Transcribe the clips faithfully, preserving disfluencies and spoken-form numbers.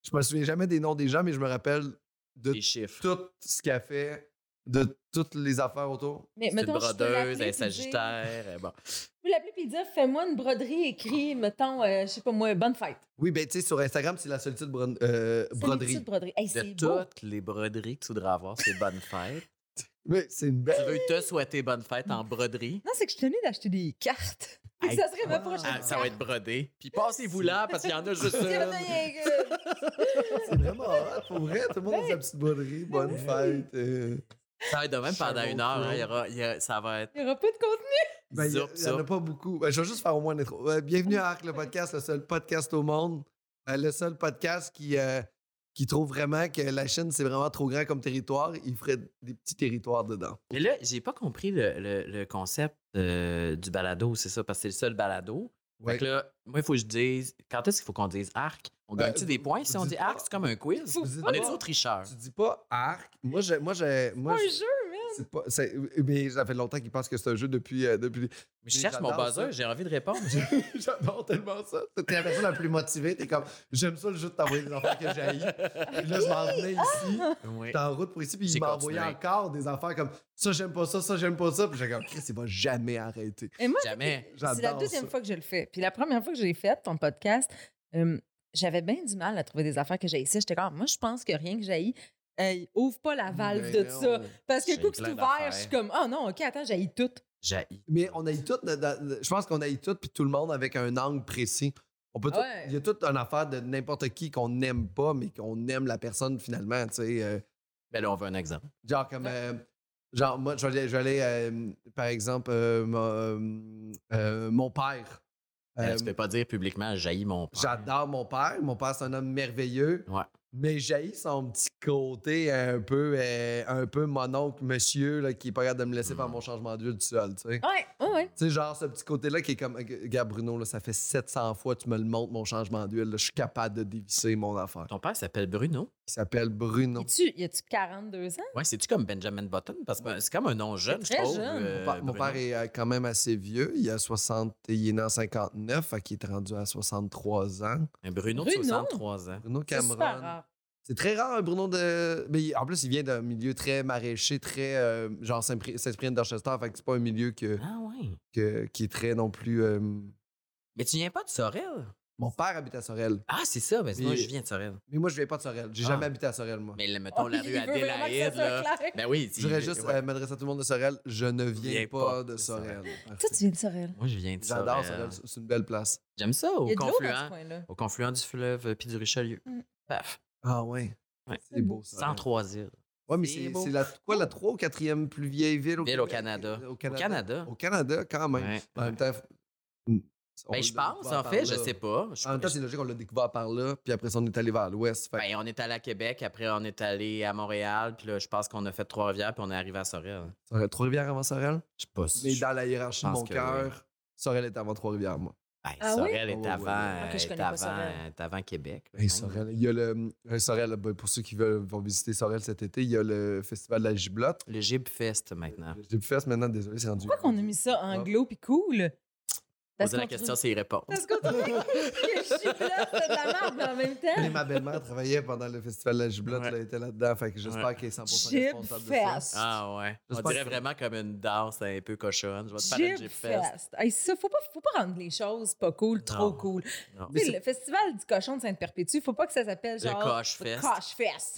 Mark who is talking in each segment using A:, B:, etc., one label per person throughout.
A: Je me souviens jamais des noms des gens, mais je me rappelle de
B: Les chiffres.
A: tout ce qu'elle fait, de toutes les affaires autour.
C: Mais
B: C'est une
C: mettons, je peux
B: brodeuse,
C: l'appeler
B: elle est
C: puis dire-
B: sagittaire. euh, Bon.
C: Je peux l'appeler puis dire, fais-moi une broderie écrit, mettons, euh, je sais pas moi, bonne fête.
A: Oui, ben tu sais, sur Instagram, c'est la solitude bro- euh,
C: C'est une
A: broderie.
C: petite broderie. Hey,
B: De
C: c'est beau.
B: toutes les broderies que tu voudrais avoir, c'est bonne fête.
A: Mais c'est une
B: Tu
A: belle.
B: veux te souhaiter bonne fête en broderie?
C: Non, c'est que je tenais d'acheter des cartes. Fait que
B: Hey,
C: ça serait ma prochaine
B: Ah, ça va être brodé. Puis passez-vous là, parce qu'il y en a juste
C: Il y en a
B: une.
C: rien que-
A: C'est vraiment hot, pour vrai. Tout le monde a sa petite broderie. Bonne fête. euh.
B: Ça va être de même pendant
A: Shadow
B: une heure.
A: Crow.
B: hein, il y aura, il y a- ça va être...
C: Il n'y aura pas de contenu.
A: Ben, il
B: Zoup,
A: n'y en a
B: zoup.
A: pas beaucoup. Ben, je vais juste faire au moins une intro. Euh, bienvenue à Arc, le podcast, le seul podcast au monde. Euh, le seul podcast qui, euh, qui trouve vraiment que la Chine, c'est vraiment trop grand comme territoire. Il ferait des petits territoires dedans.
B: Mais là, j'ai pas compris le, le- le concept euh, du balado, c'est ça, parce que c'est le seul balado.
A: Ouais.
B: Fait que là, moi, il faut que je dise... Quand est-ce qu'il faut qu'on dise arc? On
A: Ben,
B: gagne-tu des points si on
A: dis
B: dit
A: pas-
B: arc? C'est comme un quiz?
C: Faut
A: Vous dites
B: On est
A: pas-
B: toujours tricheurs.
A: Tu dis pas Arc. Moi, j'ai. Moi, j'ai. Moi,
C: un
A: j'ai-
C: jeu, man.
A: c'est pas. c'est- Mais ça fait longtemps qu'ils pensent que c'est un jeu depuis. euh, depuis...
B: Mais je cherche mon
A: j'adore
B: buzzer,
A: ça.
B: j'ai envie de répondre.
A: J'adore tellement ça. T'es la personne la plus motivée. T'es comme, j'aime ça le jeu de t'envoyer des affaires que j'ai. Puis là, je m'en venais ici.
B: Oui.
A: T'es en route pour ici. Puis
B: J'ai
A: il m'a envoyé
B: continué.
A: encore des affaires comme ça, j'aime pas ça, ça, j'aime pas ça. Puis j'ai comme, Chris, il va jamais arrêter.
C: Et moi,
B: Jamais.
C: c'est la
A: J'adore
C: deuxième
A: ça.
C: fois que je le fais. Puis la première fois que je l'ai fait, ton podcast, euh, j'avais bien du mal à trouver des affaires que j'ai ici. J'étais comme, moi, je pense que rien que j'ai, hey, ouvre pas la valve
A: Ben
C: de
A: non.
C: ça. Parce que
B: J'ai
C: le coup que c'est
B: plein
C: ouvert,
B: d'affaires.
C: je suis comme, oh non, OK, attends, j'ai tout.
B: Jaillit.
A: Mais on a eu tout. dans- dans- Je pense qu'on a eu tout, puis tout le monde avec un angle précis. On peut tout-
C: Ouais.
A: Il y a toute une affaire de n'importe qui qu'on n'aime pas, mais qu'on aime la personne finalement. Tu sais. euh,
B: Mais là, on veut un exemple.
A: Genre comme. euh, genre, moi, je vais aller, je vais aller, euh, par exemple, euh, mon, euh, euh, mon père.
B: Euh,
A: Euh,
B: tu peux pas dire publiquement jaillit mon père.
A: J'adore mon père. Mon père, c'est un homme merveilleux.
B: Ouais.
A: Mais j'ai son petit côté un peu, euh, un peu mon oncle, monsieur, là, qui est pas capable de me laisser
B: Mm.
A: faire mon changement d'huile tout seul. Tu sais,
C: Ouais, ouais, ouais.
A: Tu sais, genre ce petit côté-là qui est comme. Regarde, Bruno, là, ça fait sept cents fois que tu me le montres, mon changement d'huile. là, Je suis capable de dévisser mon affaire.
B: Ton père s'appelle Bruno.
A: Il s'appelle Bruno.
C: Y a-tu, y a-tu quarante-deux ans?
B: Ouais, c'est-tu comme Benjamin Button? Parce que c'est comme un nom jeune, je
C: très
B: trouve.
C: jeune.
B: euh,
A: Mon père- mon
B: Bruno.
A: père est euh, quand même assez vieux. Il a soixante, il est né en cinquante-neuf, fait qu'il est rendu à soixante-trois ans.
B: Un Bruno de
C: Bruno?
B: soixante-trois ans.
A: Bruno
C: C'est super
A: Cameron.
C: rare.
A: C'est très rare, un Bruno de. Mais il- en plus, il vient d'un milieu très maraîcher, très. euh, genre Saint-Pri- Saint-Cyprien d'Orchester, fait que c'est pas un milieu que,
B: Ah ouais.
A: que- qui est très non plus. euh,
B: Mais tu viens pas de Sorel?
A: Mon père habite à Sorel.
B: Ah, c'est ça. Ben,
A: Mais-
B: moi, je viens de Sorel.
A: Mais moi, je viens pas de Sorel. J'ai
B: Ah.
A: jamais habité à Sorel, moi.
B: Mais là, mettons la
C: Oh,
B: rue
C: il veut vraiment que ça
B: Adélaïde,
C: soit
B: là.
C: clair.
B: Ben oui.
A: Je voudrais
B: il-
A: juste
B: ouais.
A: euh, m'adresser à tout le monde de Sorel. Je ne viens
B: Viens
A: pas,
B: pas
A: de
B: de
A: Sorel.
C: Toi, tu viens de Sorel.
B: Moi, je viens de Sorel.
A: J'adore Sorel. C'est une belle place.
B: J'aime ça,
C: Il
B: au
C: y a de l'eau dans ce
B: confluent.
C: coin-là.
B: Au confluent du fleuve euh, puis du Richelieu.
C: Mm.
B: Paf.
A: Ah ouais.
B: Ouais.
A: C'est beau, ça.
B: cent trois îles.
A: Ouais, mais
B: C'est
A: c'est
B: beau.
A: c'est la, quoi, la trois ou quatrième plus vieille ville au
B: Ville au
A: Québec?
B: Canada.
A: Au
B: Au
A: Canada.
B: Canada.
A: Au Canada, quand même.
B: Ouais.
A: En même temps, on
B: Ben,
A: l'a
B: je pense,
A: découvert
B: en
A: par
B: fait, je
A: là.
B: sais pas. Je-
A: En même temps, c'est logique qu'on l'a découvert par là, puis après ça, on est allé vers l'ouest. Fait que-
B: Ben, on est allé à Québec, après on est allé à Montréal, puis là, je pense qu'on a fait Trois-Rivières, puis on est arrivé à Sorel.
A: Sorel- Trois-Rivières avant Sorel?
B: Je sais pas
A: Mais dans la hiérarchie de
B: pense
A: mon
B: que
A: cœur, Sorel est avant Trois-Rivières, moi.
B: Ben,
C: Ah
B: Sorel
A: oui?
B: est
A: Oh, ouais,
B: avant,
A: ouais.
C: Ok, je
B: est
C: connais pas
B: avant,
C: Sorel.
B: est avant Québec. là,
A: Hey,
B: quand même.
A: Sorel, il y a le. euh, Sorel, ben, pour ceux qui veulent, vont visiter Sorel cet été, il y a le festival de la Giblotte.
B: Le Gib Fest maintenant.
A: J'ai pu faire maintenant, désolé, c'est rendu.
C: Pourquoi qu'on a mis ça anglo puis cool?
B: Poser la question, c'est y répondre.
C: Parce qu'on trouvait que je suis là, c'est de la merde, mais en même
A: Mais
C: temps.
A: ma belle-mère travaillait pendant le festival de la Giblotte,
B: Ouais.
A: elle était là-dedans, fait que j'espère
B: Ouais.
A: qu'elle est cent pour cent
C: Jib
A: responsable de ça.
C: Fest.
B: Ah ouais. On
A: J'espère
B: dirait
A: que-
B: vraiment comme une danse un peu cochonne. Je vais te faire un
C: Jib
B: Gib Fest.
C: Fest. Hey, ça, faut pas, faut pas rendre les choses pas cool, trop
B: Non.
C: cool.
B: Non.
C: Tu sais, le festival du cochon de Sainte-Perpétue, faut pas que ça s'appelle
B: Le
C: genre.
B: Coche Fest.
C: Coche Fest.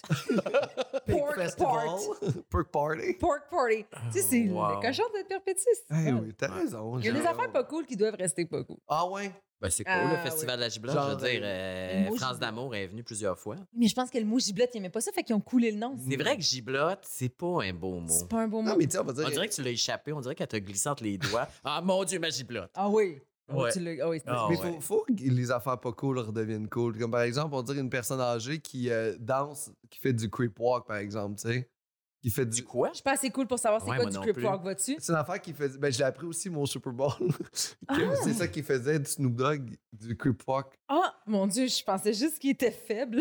A: Pig
C: Pork
A: Festival,
C: Part.
A: Pork Party.
C: Pork Party. Tu sais, c'est
B: Wow.
C: le cochon de Sainte-Perpétue. c'est
A: Eh
C: ça.
A: oui, t'as raison.
C: Il y a des
A: j'ai-
C: affaires pas cool qui doivent rester pas cool.
A: Ah ouais?
B: Ben, c'est cool,
C: Ah,
B: le Festival de la Giblotte.
A: Genre,
B: Je veux dire,
A: euh,
B: euh,
C: le mot
B: France
C: giblotte.
B: d'amour est venue plusieurs fois.
C: Mais je pense que le mot giblotte, il aimait pas ça, fait qu'ils ont coulé le nom.
B: C'est vrai que giblotte, c'est pas un beau mot.
C: C'est pas un beau mot.
A: Non, mais tu sais, on va dire.
B: On dirait que tu l'as échappé, on dirait qu'elle t'a glissé entre les doigts. Ah mon Dieu, ma giblotte!
C: Ah oui. Ah,
B: Ouais.
C: tu l'as- ah oui, c'est-
B: Ah
A: Mais
B: ouais.
A: faut, faut que les affaires pas cool redeviennent cool. Comme par exemple, on dirait une personne âgée qui euh, danse, qui fait du creep walk, par exemple, tu sais. qui fait
B: Du
A: du.
B: quoi?
C: Je suis pas assez cool pour savoir c'est
B: Ouais,
C: quoi
B: moi
C: du
B: non
C: Crip
B: plus.
C: Walk. Vas-tu?
A: C'est une affaire qui faisait. Ben, je l'ai appris aussi, mon Super Bowl.
C: Ah!
A: Que C'est ça qui faisait du Snoop Dogg, du Crip Walk.
C: Ah, mon Dieu, je pensais juste qu'il était faible.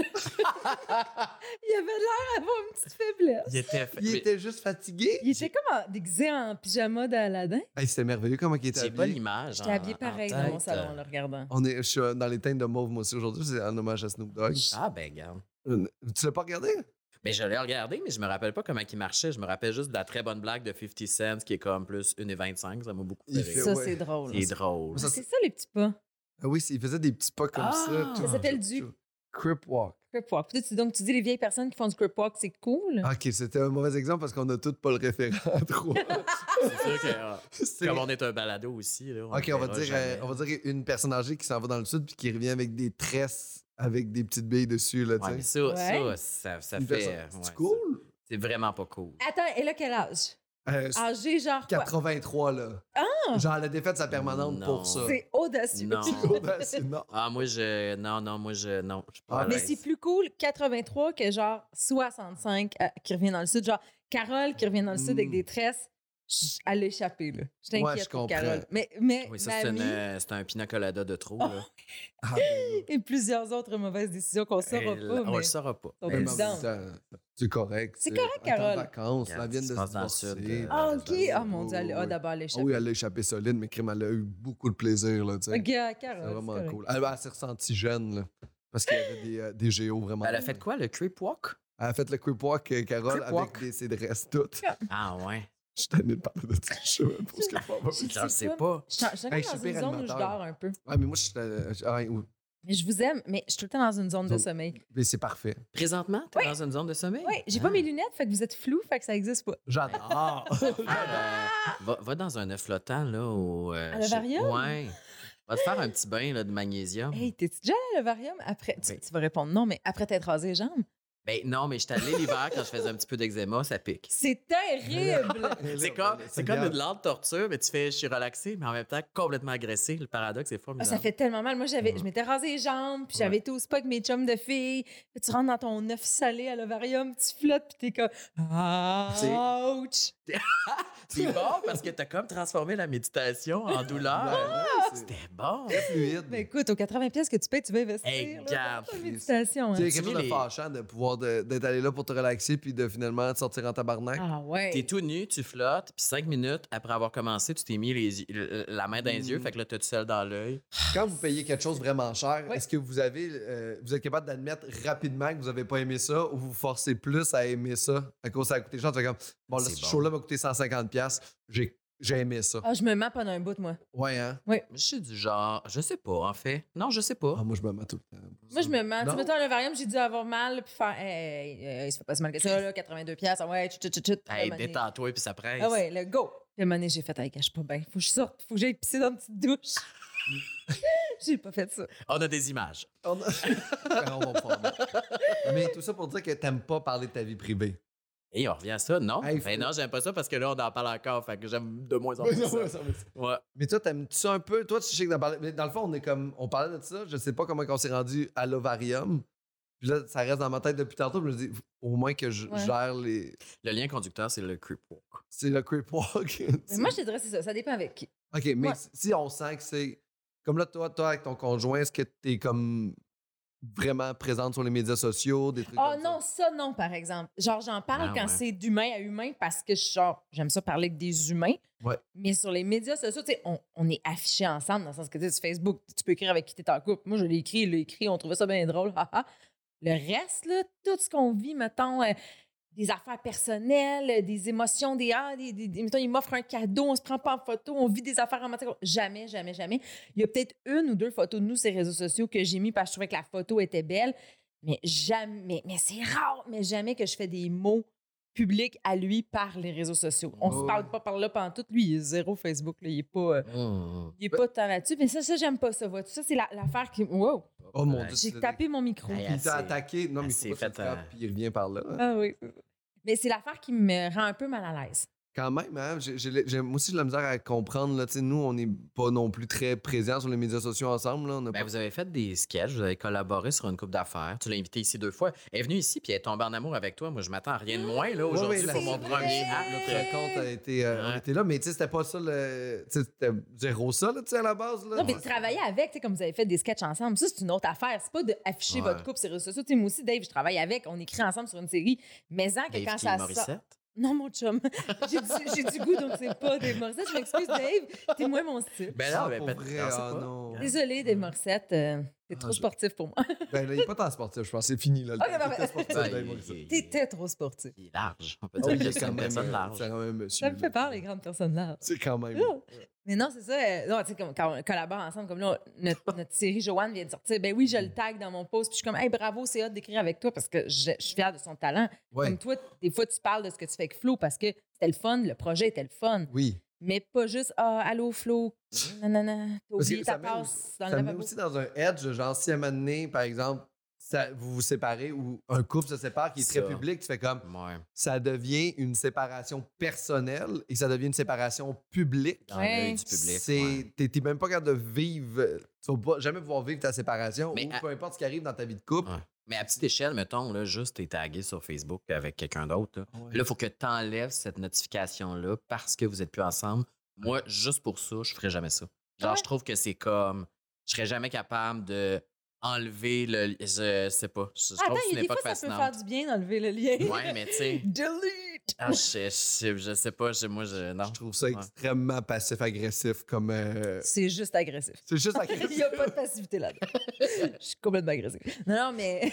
C: Il avait l'air d'avoir une petite faiblesse.
B: Il était fait.
A: Il
B: mais
A: était juste fatigué.
C: Il était comme en- déguisé en pyjama d'Aladin.
A: Hey, c'était merveilleux comment il était
B: J'ai pas
A: habillé.
B: l'image.
C: J'étais
B: en-
C: habillée
B: en
C: pareil
B: tête.
C: dans mon salon en le regardant.
A: On est, je suis dans les teintes de mauve, moi aussi, aujourd'hui. C'est en hommage à Snoop Dogg.
B: Ah, ben, regarde.
A: Euh, Tu l'as pas regardé?
B: Ben, je l'ai regardé, mais je me rappelle pas comment il marchait. Je me rappelle juste de la très bonne blague de cinquante cents qui est comme plus une vingt-cinq. Ça m'a beaucoup fait
A: Il
B: rire.
A: fait-
C: Ça,
A: ouais.
C: c'est drôle.
B: C'est drôle.
A: Ça,
C: Ah, c'est ça, les petits pas.
A: Ah oui, c'est- il faisait des petits pas comme
B: Ah!
A: ça. tout-
C: Ça s'appelle
A: tout-
C: du-
A: tout. Crip Walk.
C: Crip Walk. Puis tu- donc, tu dis les vieilles personnes qui font du Crip Walk, c'est cool.
A: Ok, c'était un mauvais exemple parce qu'on a tous pas le référent à trois.
B: C'est sûr que, ah,
A: C'est-
B: comme on est un balado aussi. Là,
A: Ok, on va,
B: verra
A: dire,
B: jamais.
A: euh, on va dire une personne âgée qui s'en va dans le sud puis qui revient avec des tresses avec des petites billes dessus. Là, tu
B: Ouais,
A: sais.
B: mais ça,
C: Ouais.
B: ça, ça, ça
A: Une
B: fait.
A: personne-
B: euh,
A: C'est
B: ouais,
A: cool?
B: ça- C'est vraiment pas cool.
C: Attends, elle a quel âge?
A: Euh, c'est
C: Âgé, genre quoi?
A: quatre-vingt-trois, là.
C: Ah!
A: Genre, elle a défait sa permanente
B: Non.
A: pour ça.
C: C'est audacieux.
B: Non.
A: Audacieux, non.
B: Ah, moi, je. Non, non, moi, je. Non, je suis pas
A: Ah,
B: à
C: Mais
B: l'aise.
C: c'est plus cool quatre-vingt-trois que genre soixante-cinq euh, qui revient dans le sud. Genre Carole qui revient dans le sud avec
A: Mm.
C: des tresses. j- Elle a échappé, là. Je
A: Ouais,
C: t'inquiète
A: je
C: pour
A: comprends.
C: Carole. Mais, mais
B: Oui, ça,
C: ma
B: c'est
C: amie
B: une, euh, c'est un pina colada de trop. Là.
A: Ah, mais-
C: et plusieurs autres mauvaises décisions qu'on ne saura
B: Et
C: pas.
B: là, on
C: mais
B: le saura pas.
C: sont
A: mais en même
C: évidentes.
A: temps, c'est correct.
C: C'est
A: tu sais.
C: correct,
A: Elle est en
C: Carole.
A: vacances, elle
B: Regarde,
A: vient
B: ce
A: de
B: qui
A: se
B: se passe dans le sud,
A: divorcer.
B: euh,
C: Ah,
B: Ouais,
C: OK.
B: ouais,
C: Ah, mon Dieu, elle
A: ouais,
C: a
A: ouais.
C: d'abord
A: Ah
C: l'échappée.
A: oui, elle a échappé solide, mais crime, elle a eu beaucoup de plaisir, là, tu sais.
C: OK,
A: C'est
C: Carole.
A: vraiment
C: c'est correct.
A: cool. Elle, elle s'est ressentie jeune, là, parce qu'il y avait des, euh, des géos vraiment.
B: Elle a fait quoi, le Crip Walk?
A: Elle a fait le Crip Walk, euh, Carole,
B: Crip
A: avec
B: Walk?
A: des cédresses toutes.
B: Ah, ouais.
A: Je suis tanné de parler de ça. Je sais même pas ce qu'elle va
C: Je
B: Je le
C: sais
B: sais
C: pas.
B: pas.
C: Je suis je suis
A: Hey, je
C: dans
A: suis
C: une
A: pire
C: zone où je
A: animateur.
C: dors un peu.
A: Ah, mais moi, je suis. euh, je- ah, oui.
C: Mais je vous aime, mais je suis tout le temps dans une zone de
A: Zone-
C: sommeil.
A: Mais c'est parfait.
B: Présentement, t'es
C: Ouais.
B: dans une zone de sommeil?
C: Oui, j'ai
B: Ah.
C: pas mes lunettes, fait que vous êtes flou, fait que ça existe pas.
A: J'adore.
B: Ah, ben, va, va dans un œuf flottant, là. Au, euh,
C: À l'Ovarium?
B: chez- Ouais. Va te faire un petit bain là, de magnésium.
C: Hey, t'es-tu déjà allé à l'Ovarium après? Tu,
B: Oui.
C: tu vas répondre non, mais après t'être rasé les jambes.
B: Ben non, mais je suis allé l'hiver quand je faisais un petit peu d'eczéma, ça pique.
C: C'est terrible!
B: C'est comme, c'est comme une lente torture, mais tu fais, je suis relaxé, mais en même temps complètement agressé. Le paradoxe est
C: Ah,
B: formidable.
C: ça fait tellement mal. Moi, j'avais,
B: Mhm.
C: je m'étais rasé les jambes, puis
B: Ouais.
C: j'avais été au spa avec mes chums de filles. Puis tu rentres dans ton œuf salé à l'Ovarium, tu flottes, puis t'es comme ouch!
B: C'est bon parce que t'as comme transformé la méditation en douleur.
A: Ouais,
B: C'était bon.
A: c'est fluide.
C: Ben écoute, aux quatre-vingts pièces que tu payes, tu vas investir
B: Hey,
C: là,
B: regarde,
C: dans ta
A: Chris.
C: méditation. hein.
A: Tu sais,
B: Tu
A: quelque chose
B: mets
A: de
B: les-
A: fâchant de pouvoir de- d'être allé là pour te relaxer puis de finalement te sortir en tabarnak.
C: Ah ouais.
B: T'es tout nu, tu flottes, puis cinq minutes après avoir commencé, tu t'es mis les yeux- le- la main dans les yeux,
A: Mm.
B: fait que là, t'es tout seul dans l'œil.
A: Quand vous payez quelque chose vraiment cher,
C: Ouais.
A: est-ce que vous avez euh, vous êtes capable d'admettre rapidement que vous n'avez pas aimé ça ou vous vous forcez plus à aimer ça à cause ça a coûté cher? Tu fais comme bon là
B: C'est
A: ce
B: bon.
A: show-là m'a coûté cent cinquante pièces, j'ai j'ai aimé ça.
C: Ah, je me mets pendant un bout, moi.
A: Ouais hein.
B: Je suis du genre, je sais pas, en fait. Non, je sais pas.
A: Ah, moi je me mets tout le temps.
C: Moi, je me mets. Tu
A: Non.
C: sais, mettons, à l'Ovarium, j'ai dû avoir mal, puis faire. Hey, hey, hey, ça fait pas si mal que ça, là, quatre-vingt-deux pièces. Ah ouais, chut, chut, chut, chut.
B: Hey,
C: À un moment donné-
B: détends-toi, puis ça presse.
C: Ah ouais, le go. Puis à un moment donné, j'ai fait, hey, gars, je suis pas bien. Faut que je sorte, faut que j'aille pisser dans une petite douche. J'ai pas fait ça.
B: On a des images.
A: On, a- Ben, on va former. Mais tout ça pour dire que t'aimes pas parler de ta vie privée.
B: Et on revient à ça, non?
A: Hey,
B: Ben
A: faut-
B: non, j'aime pas ça parce que là, on en parle encore, fait que j'aime de moins en plus ça. Ouais.
A: Mais toi, t'aimes-tu ça un peu? Toi, tu sais que d'en parler. Mais dans le fond, on est comme. On parlait de ça. Je sais pas comment on s'est rendu à l'ovarium. Puis là, ça reste dans ma tête depuis tantôt. Puis je me dis, au moins que je
C: Ouais.
A: gère les.
B: Le lien conducteur, c'est le creep walk.
A: C'est le creep walk.
C: Mais moi, je te dirais, c'est ça. Ça dépend avec qui.
A: OK, mais
C: Ouais.
A: si- si on sent que c'est. Comme là, toi, toi, avec ton conjoint, est-ce que t'es comme vraiment présente sur les médias sociaux, des trucs
C: Oh
A: comme
C: non,
A: ça?
C: ça, non, par exemple. Genre, j'en parle
B: Ah,
C: quand
B: ouais.
C: c'est d'humain à humain parce que, genre, j'aime ça parler avec des humains.
A: Ouais.
C: Mais sur les médias sociaux, tu sais, on, on est affichés ensemble dans le sens que, tu sais, sur Facebook, tu peux écrire avec qui t'es en couple. Moi, je l'ai écrit, il l'a écrit, on trouvait ça bien drôle. haha. Le reste, là, tout ce qu'on vit, mettons, euh, des affaires personnelles, euh, des émotions, des ah, des, des- des- mettons, il m'offre un cadeau, on se prend pas en photo, on vit des affaires romantiques. Jamais, jamais, jamais. Il y a peut-être une ou deux photos de nous sur les réseaux sociaux que j'ai mis parce que je trouvais que la photo était belle, mais jamais, mais c'est rare, mais jamais que je fais des mots publics à lui par les réseaux sociaux. On se
A: Oh.
C: parle pas par là pendant tout. Lui, il est zéro Facebook, là, il est pas, euh,
B: Mmh.
C: il est pas tant là-dessus. Mais ça, ça, j'aime pas ça. Vois-tu? Ça, c'est la- l'affaire qui. Wow!
A: Oh mon
B: Ouais.
A: Dieu.
C: J'ai
A: c'est-
C: tapé mon micro.
B: Hey,
A: Il t'a
B: assez-
A: attaqué. Non, mais
B: assez
A: il faut pas que tu
B: fait,
A: le frappes,
B: euh,
A: puis il revient par là.
C: Ah oui. Mais c'est l'affaire qui me rend un peu mal à l'aise.
A: Quand même, hein? J'ai, j'ai, j'ai- moi aussi, j'ai de la misère à comprendre. Là, tu sais, nous, on n'est pas non plus très présents sur les médias sociaux ensemble. Là. On a
B: Ben,
A: pas...
B: vous avez fait des sketchs, vous avez collaboré sur une couple d'affaires. Tu l'as invitée ici deux fois. Elle est venue ici puis elle est tombée en amour avec toi. Moi, je m'attends à rien de moins là, aujourd'hui
A: Ouais, ouais,
B: pour
A: la-
B: mon
C: c'est
B: premier
C: vrai.
B: acte.
A: Notre rencontre a été, euh, on
B: Ouais.
A: était là, mais tu sais, c'était pas ça le. Tu sais, c'était zéro ça, là, tu sais, à la base. Là.
C: Non, mais travailler avec, tu sais, comme vous avez fait des sketchs ensemble, ça, c'est une autre affaire. C'est pas d'afficher
B: Ouais.
C: votre couple sur les réseaux sociaux. Tu sais, moi aussi, Dave, je travaille avec, on écrit ensemble sur une série. Mais en que
B: Dave
C: quand
B: qui
C: ça
B: est
C: sort.
B: Morissette.
C: Non, mon chum. J'ai du, j'ai du goût, donc c'est pas Dave Morissette. Je m'excuse, Dave. T'es moins mon style.
B: Ben
A: Ah,
B: non, ben
A: pour
B: peut-être.
A: vrai,
B: non, c'est
A: ah,
B: pas.
A: non.
C: Désolée, Dave Morissette. euh, T'es
A: Ah,
C: trop
A: je-
C: sportif pour moi.
A: Ben là, il est pas tant sportif, je pense. C'est fini, là. Le
C: Ok,
A: temps.
C: non,
A: Il
C: mais-
A: était sportif,
B: Ben,
A: Dave
B: il-
A: Morissette.
B: il-
C: T'étais trop sportif.
B: Il est large. On peut
A: Oh,
B: dire
A: il
B: que
A: est
B: c'est
A: quand
B: une
A: même,
B: personne
A: euh,
B: large.
A: c'est quand même un monsieur.
C: Ça me fait
A: là.
C: peur, les grandes personnes là.
A: C'est quand même.
C: Mais non, c'est ça. euh, non, tu sais, comme quand on collabore ensemble, comme là, notre, notre série Joanne vient de sortir. Ben oui, je le tag dans mon post. Puis je suis comme, hey, bravo, c'est hot d'écrire avec toi parce que je, je suis fière de son talent.
A: Ouais.
C: Comme toi, des fois, tu parles de ce que tu fais avec Flo parce que c'était le fun, le projet était le fun.
A: Oui.
C: Mais pas juste, ah, allô, Flo. Non, non, non. T'as
A: Parce que
C: oublié
A: ça
C: ta
A: met
C: passe dans
A: Ça
C: le
A: me met
C: lavabo.
A: aussi dans un edge, genre, si à un moment donné, par exemple, ça- vous vous séparez ou un couple se sépare qui est très
B: Ça.
A: public, tu fais comme,
B: Ouais.
A: ça devient une séparation personnelle et ça devient une séparation publique.
B: Dans
C: Ouais.
B: l'œil du public.
A: C'est,
B: ouais.
A: t'es, t'es même pas capable de vivre, tu vas pas jamais pouvoir vivre ta séparation
B: Mais
A: ou
B: à-
A: peu importe ce qui arrive dans ta vie de couple.
B: Ouais. Mais à petite échelle, mettons, là, juste t'es tagué sur Facebook avec quelqu'un d'autre. Là,
A: Ouais.
B: Là, il faut que tu enlèves cette notification-là parce que vous n'êtes plus ensemble. Moi, juste pour ça, je ferais jamais ça. Genre,
C: Ouais.
B: je trouve que c'est comme. Je serais jamais capable de enlever le. Je sais pas. Je, je
C: Ah,
B: trouve
C: attends,
B: que
C: il
B: c'est
C: y a
B: une
C: des fois,
B: époque
C: ça peut
B: fascinante.
C: faire du bien d'enlever le lien.
B: Ouais, mais tu sais.
C: Delete!
B: ah, je, je, je sais pas. Je, moi, je. Non.
A: Je trouve ça
B: Ouais.
A: extrêmement passif-agressif comme. euh,
C: C'est juste agressif.
A: C'est juste
C: Il
A: agressif.
C: n'y a pas de passivité là-dedans. Je suis complètement agressive. Non, non, mais.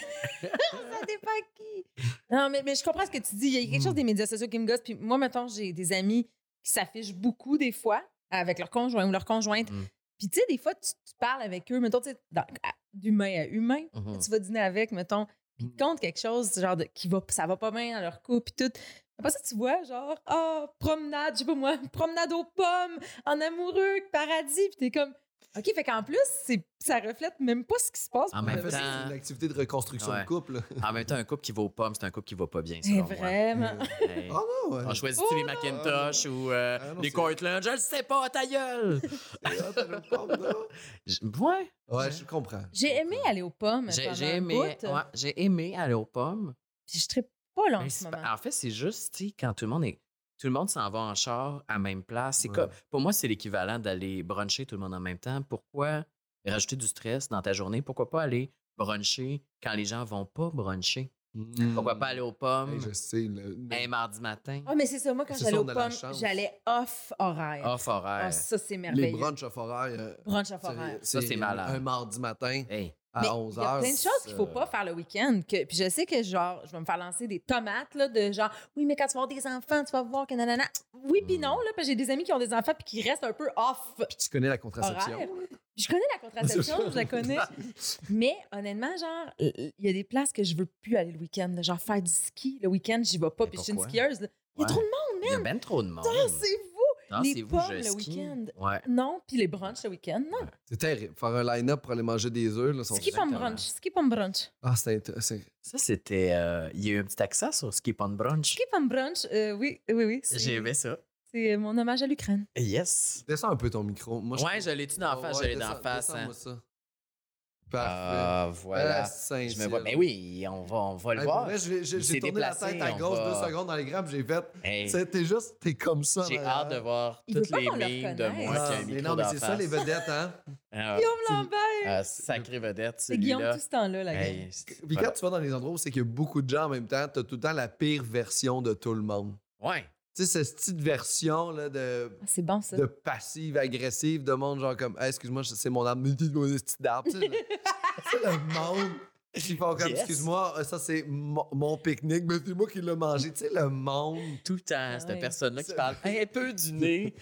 C: ça dépend qui. Non, mais, mais je comprends ce que tu dis. Il y a quelque chose des médias sociaux qui me gosse. Puis moi, mettons, j'ai des amis qui s'affichent beaucoup des fois avec leur conjoint ou leur conjointe.
B: Mm.
C: Puis tu sais, des fois, tu, tu parles avec eux, mettons, tu sais, dans- à- d'humain à humain.
B: Mhm.
C: Tu vas dîner avec, mettons, puis ils te comptent quelque chose, genre, de, qui va, ça va pas bien dans leur couple, puis tout. Après ça, tu vois, genre, ah, promenade, je sais pas moi, promenade aux pommes, en amoureux, paradis, puis t'es comme, OK, fait qu'en plus, c'est, ça reflète même pas ce qui se passe.
B: En
C: pour
B: même
C: le
A: En fait,
C: vrai.
A: c'est une activité de reconstruction
B: Ouais.
A: de couple. là.
B: En même temps, un couple qui va aux pommes, c'est un couple qui va pas bien.
C: Mais
B: selon moi.
C: vraiment.
B: Hey.
A: Oh non, ouais.
B: On choisit
C: Oh
B: les
C: non!
B: Macintosh ou euh,
A: Ah non,
B: les
A: c'est-
B: Cortland. Je le sais pas, ta gueule!
A: Ah, t'as le pomme, non?
B: Je- ouais.
A: Ouais, je comprends.
C: J'ai aimé aller aux pommes.
B: J'ai
C: pendant
B: j'ai
C: un
B: aimé,
C: bout,
B: ouais, j'ai aimé aller aux pommes.
C: Puis je serais pas là en
B: Mais
C: ce
B: c'est
C: moment.
B: pas- en fait, c'est juste, tu sais, quand tout le monde est. Tout le monde s'en va en char à même place. C'est
A: Ouais.
B: comme, pour moi, c'est l'équivalent d'aller bruncher tout le monde en même temps. Pourquoi rajouter du stress dans ta journée? Pourquoi pas aller bruncher quand les gens vont pas bruncher?
A: Mm.
B: Pourquoi pas aller aux pommes
A: Hey, je sais. le-
B: un mardi matin?
C: Ah, mais c'est ça, moi, quand
A: C'est
C: j'allais
A: ça,
C: aux
A: on a la
C: pommes,
A: chance.
C: j'allais off horaire.
B: Off horaire.
C: Ah, ça, c'est
A: Les
C: merveilleux.
A: brunchs off horaire. euh,
C: Brunch off horaire.
B: Ça, c'est malade.
A: Un mardi matin
B: Hey.
A: à
C: Mais
A: onze
C: il y a
A: heures.
C: plein de choses qu'il faut pas faire le week-end. Que, puis je sais que, genre, je vais me faire lancer des tomates, là, de genre, oui, mais quand tu vas avoir des enfants, tu vas voir que nanana. Oui, puis non, là, parce que j'ai des amis qui ont des enfants puis qui restent un peu off
A: Puis tu connais la contraception.
C: horaire. Puis je connais la contraception, je la connais. Mais honnêtement, genre, il y a des places que je veux plus aller le week-end. là. Genre, faire du ski le week-end, j'y vais pas.
B: Mais
C: Puis je suis une
B: pourquoi?
C: skieuse. là. Il y a
B: Ouais.
C: trop de monde.
B: Il y a ben trop de monde.
C: Ah, c'est vous!
B: Non,
C: les
B: c'est vous,
C: pommes
B: je
C: le
B: skie.
C: week-end.
B: Ouais.
C: Non, puis les brunchs le week-end, non.
A: C'est terrible. Faire un line-up pour aller manger des œufs. Là, sont-
C: Ski pomme
B: exactement.
C: brunch, ski pomme brunch.
A: Ah, c'est int- c'est-
B: Ça, c'était. euh, Il y a eu un petit accent sur Skip on Brunch.
C: Ski pomme brunch, euh, oui, oui, oui. c'est-
B: J'ai aimé ça.
C: C'est mon hommage à l'Ukraine.
B: Yes.
A: Descends un peu ton micro. Moi,
B: Ouais, je l'ai-tu d'en face, je l'ai d'en
A: descends-
B: face. hein.
A: descends-moi ça. Parfait.
B: Ah, voilà.
A: Ah, Saint-Ciel.
B: Je me vois. Mais oui, on va, on va le
A: Hey,
B: voir.
A: pour vrai, je vais- j'ai
B: Il
A: j'ai
B: s'est
A: tourné la
B: déplacé,
A: tête à
B: on
A: gauche
B: va-
A: deux secondes dans l'écran, puis j'ai fait.
B: Hey,
A: c'est- T'es juste, t'es comme ça.
B: j'ai
A: en
B: hâte de
A: arrière.
B: voir
C: Il
B: toutes
C: veut pas
B: les
C: qu'on le
B: mimes de
C: reconnaisse.
B: moi
A: Ah,
B: qui a un
A: mais
B: micro
A: non, mais
B: d'en
A: c'est ça
B: face.
A: les vedettes, hein?
B: Ah,
C: Guillaume
A: c'est-
C: Lambert!
B: ah, sacré vedette,
C: C'est Guillaume
B: celui-là.
C: tout ce temps-là, la
B: Hey,
C: gang.
B: c'est-
A: Puis
B: voilà.
A: quand tu vas dans les endroits où c'est qu'il y a beaucoup de gens en même temps, t'as tout le temps la pire version de tout le monde.
B: Ouais.
A: Tu sais, cette petite version là, de,
C: Ah, c'est bon, ça.
A: de passive, agressive, de monde genre comme, hey, excuse-moi, c'est mon arbre, mais t'es mon esti d'arbre. Tu sais, le, tu sais, le monde qui font comme,
B: Yes.
A: excuse-moi, ça c'est mon, mon pique-nique, mais c'est moi qui l'ai mangé. Tu sais, le monde.
B: Tout le temps, cette
C: ouais.
B: personne-là qui
A: C'est-
B: parle un peu du nez.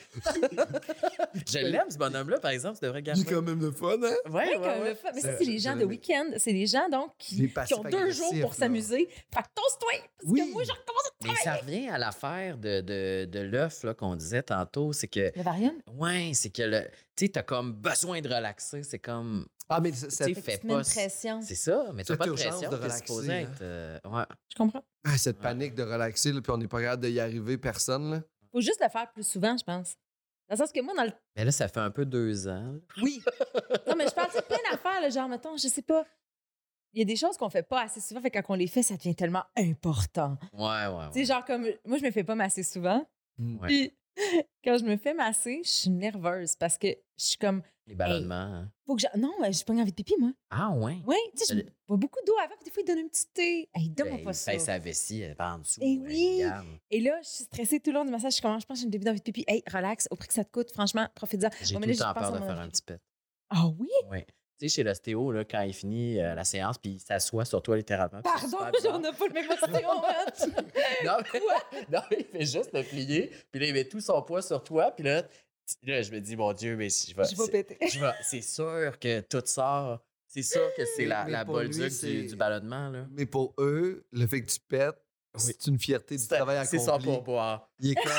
B: Je l'aime, ce bonhomme-là, par exemple, tu devrais
A: Il
B: garder.
A: est quand même le fun, hein?
B: Ouais, ouais,
C: Comme
B: ouais.
C: le fa- Mais ça,
A: C'est-
C: c'est les gens
A: je
C: de
A: l'aime.
C: week-end. C'est les gens, donc,
A: Les
C: qui, qui
A: passifs
C: ont deux jours
A: agressifs,
C: pour
A: là.
C: s'amuser. Fait que tosse-toi! Parce
A: Oui.
C: que moi, je recommence à
B: Mais ça revient à l'affaire de, de, de l'œuf là, qu'on disait tantôt, c'est que,
C: Le varium?
B: ouais, c'est que, le- tu sais, t'as comme besoin de relaxer, c'est comme,
A: Ah, mais c'est-
B: tu
A: c'est-
B: sais,
C: Tu
B: fais
C: te mets une
B: pas...
C: pression.
B: C'est ça, mais t'as
A: Cette
B: pas de
A: urgence
B: pression,
A: de
B: t'es
A: relaxer,
B: supposé
A: hein.
B: être... euh, ouais.
C: Je comprends.
A: ah, cette panique de relaxer, là, puis on n'est pas capable d'y arriver, personne. Là.
C: Faut juste le faire plus souvent, je pense. Dans le sens que moi, dans le.
B: Mais là, ça fait un peu deux ans.
C: Oui. Non, mais je pense de plein d'affaires, là, genre, mettons, je sais pas. Il y a des choses qu'on fait pas assez souvent, fait que quand on les fait, ça devient tellement important.
B: Ouais, ouais, ouais.
C: Tu sais, genre, comme. Moi, je me fais pas masser souvent.
A: Mm.
B: Ouais.
C: Puis, quand je me fais masser, je suis nerveuse parce que je suis comme.
B: Les ballonnements. hein.
C: Faut que je... Non, j'ai pas envie de pipi, moi.
B: Ah, ouais.
C: Oui, tu sais, je
B: Euh,
C: bois beaucoup d'eau avant, puis des fois, il donne un petit thé. Hey, donne-moi
B: Ben,
C: pas
B: il
C: ça.
B: fait sa vessie, elle va en dessous.
C: Eh
B: elle
C: oui.
B: regarde.
C: Et là, je suis stressée tout le long du massage. Je commence, je pense que j'ai une début d'envie de pipi. Hey, relax, au prix que ça te coûte, franchement, profite-en.
B: J'ai
C: Ouais, mais
B: tout
C: là,
B: le temps
C: j'y pense
B: peur
C: à
B: de
C: mon
B: faire
C: envie.
B: un petit pet.
C: Ah oui?
B: Oui. Tu sais, chez l'ostéo, là, quand il finit euh, la séance, puis il s'assoit sur toi littéralement. puis c'est
C: Pardon,
B: super bizarre.
C: on n'a pas le même ostéo, man.
B: non, mais, non, mais il fait juste te plier, puis là, il met tout son poids sur toi, puis là, t- là je me dis, mon Dieu, mais si je vais.
C: Je vais
B: c'est-
C: péter.
B: je vais- C'est sûr que tout sort. C'est sûr que c'est la,
A: Mais
B: la
A: pour lui,
B: bolduc
A: c'est-
B: du, du ballonnement, là.
A: Mais pour eux, le fait que tu pètes,
B: Oui.
A: c'est une fierté du
B: C'est
A: travail accompli.
B: c'est son pourboire.
A: Il est comme...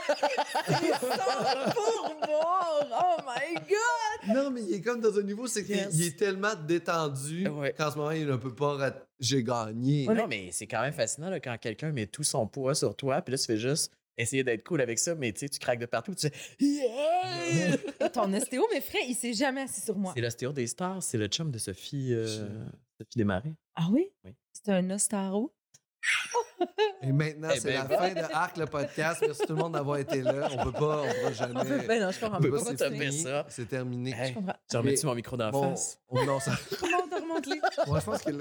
C: Sans pourboire! Oh my God!
A: Non, mais il est comme dans un niveau, c'est qu'il
B: Yes.
A: est tellement détendu
B: Ouais.
A: qu'en ce moment, il ne peut pas... rat- J'ai gagné.
C: Ouais,
B: Non, mais c'est quand même fascinant là, quand quelqu'un met tout son poids sur toi, puis là, tu fais juste essayer d'être cool avec ça, mais tu sais, tu craques de partout, tu fais Yeah!
C: Et ton ostéo, mes frères, il s'est jamais assis sur moi.
B: C'est l'ostéo des stars, c'est le chum de Sophie, euh, Sophie Desmarais.
C: Ah oui?
B: Oui.
C: C'est un ostaro?
A: Et maintenant,
B: Eh
A: c'est
B: ben,
A: la fin de Arc, le podcast. Merci tout le monde d'avoir été là. On peut pas, on pourra jamais...
C: Ben non, je comprends
A: on peut
C: pas.
A: pas,
B: Pourquoi
A: c'est
B: t'as fait
A: fini.
B: ça?
A: C'est terminé.
B: Hey,
C: Je comprends.
B: tu remets-tu
A: Mais-
B: mon micro d'en
A: Bon,
B: face?
A: on, non, ça...
C: Remonte, remonte-les.
A: Moi, je pense que là...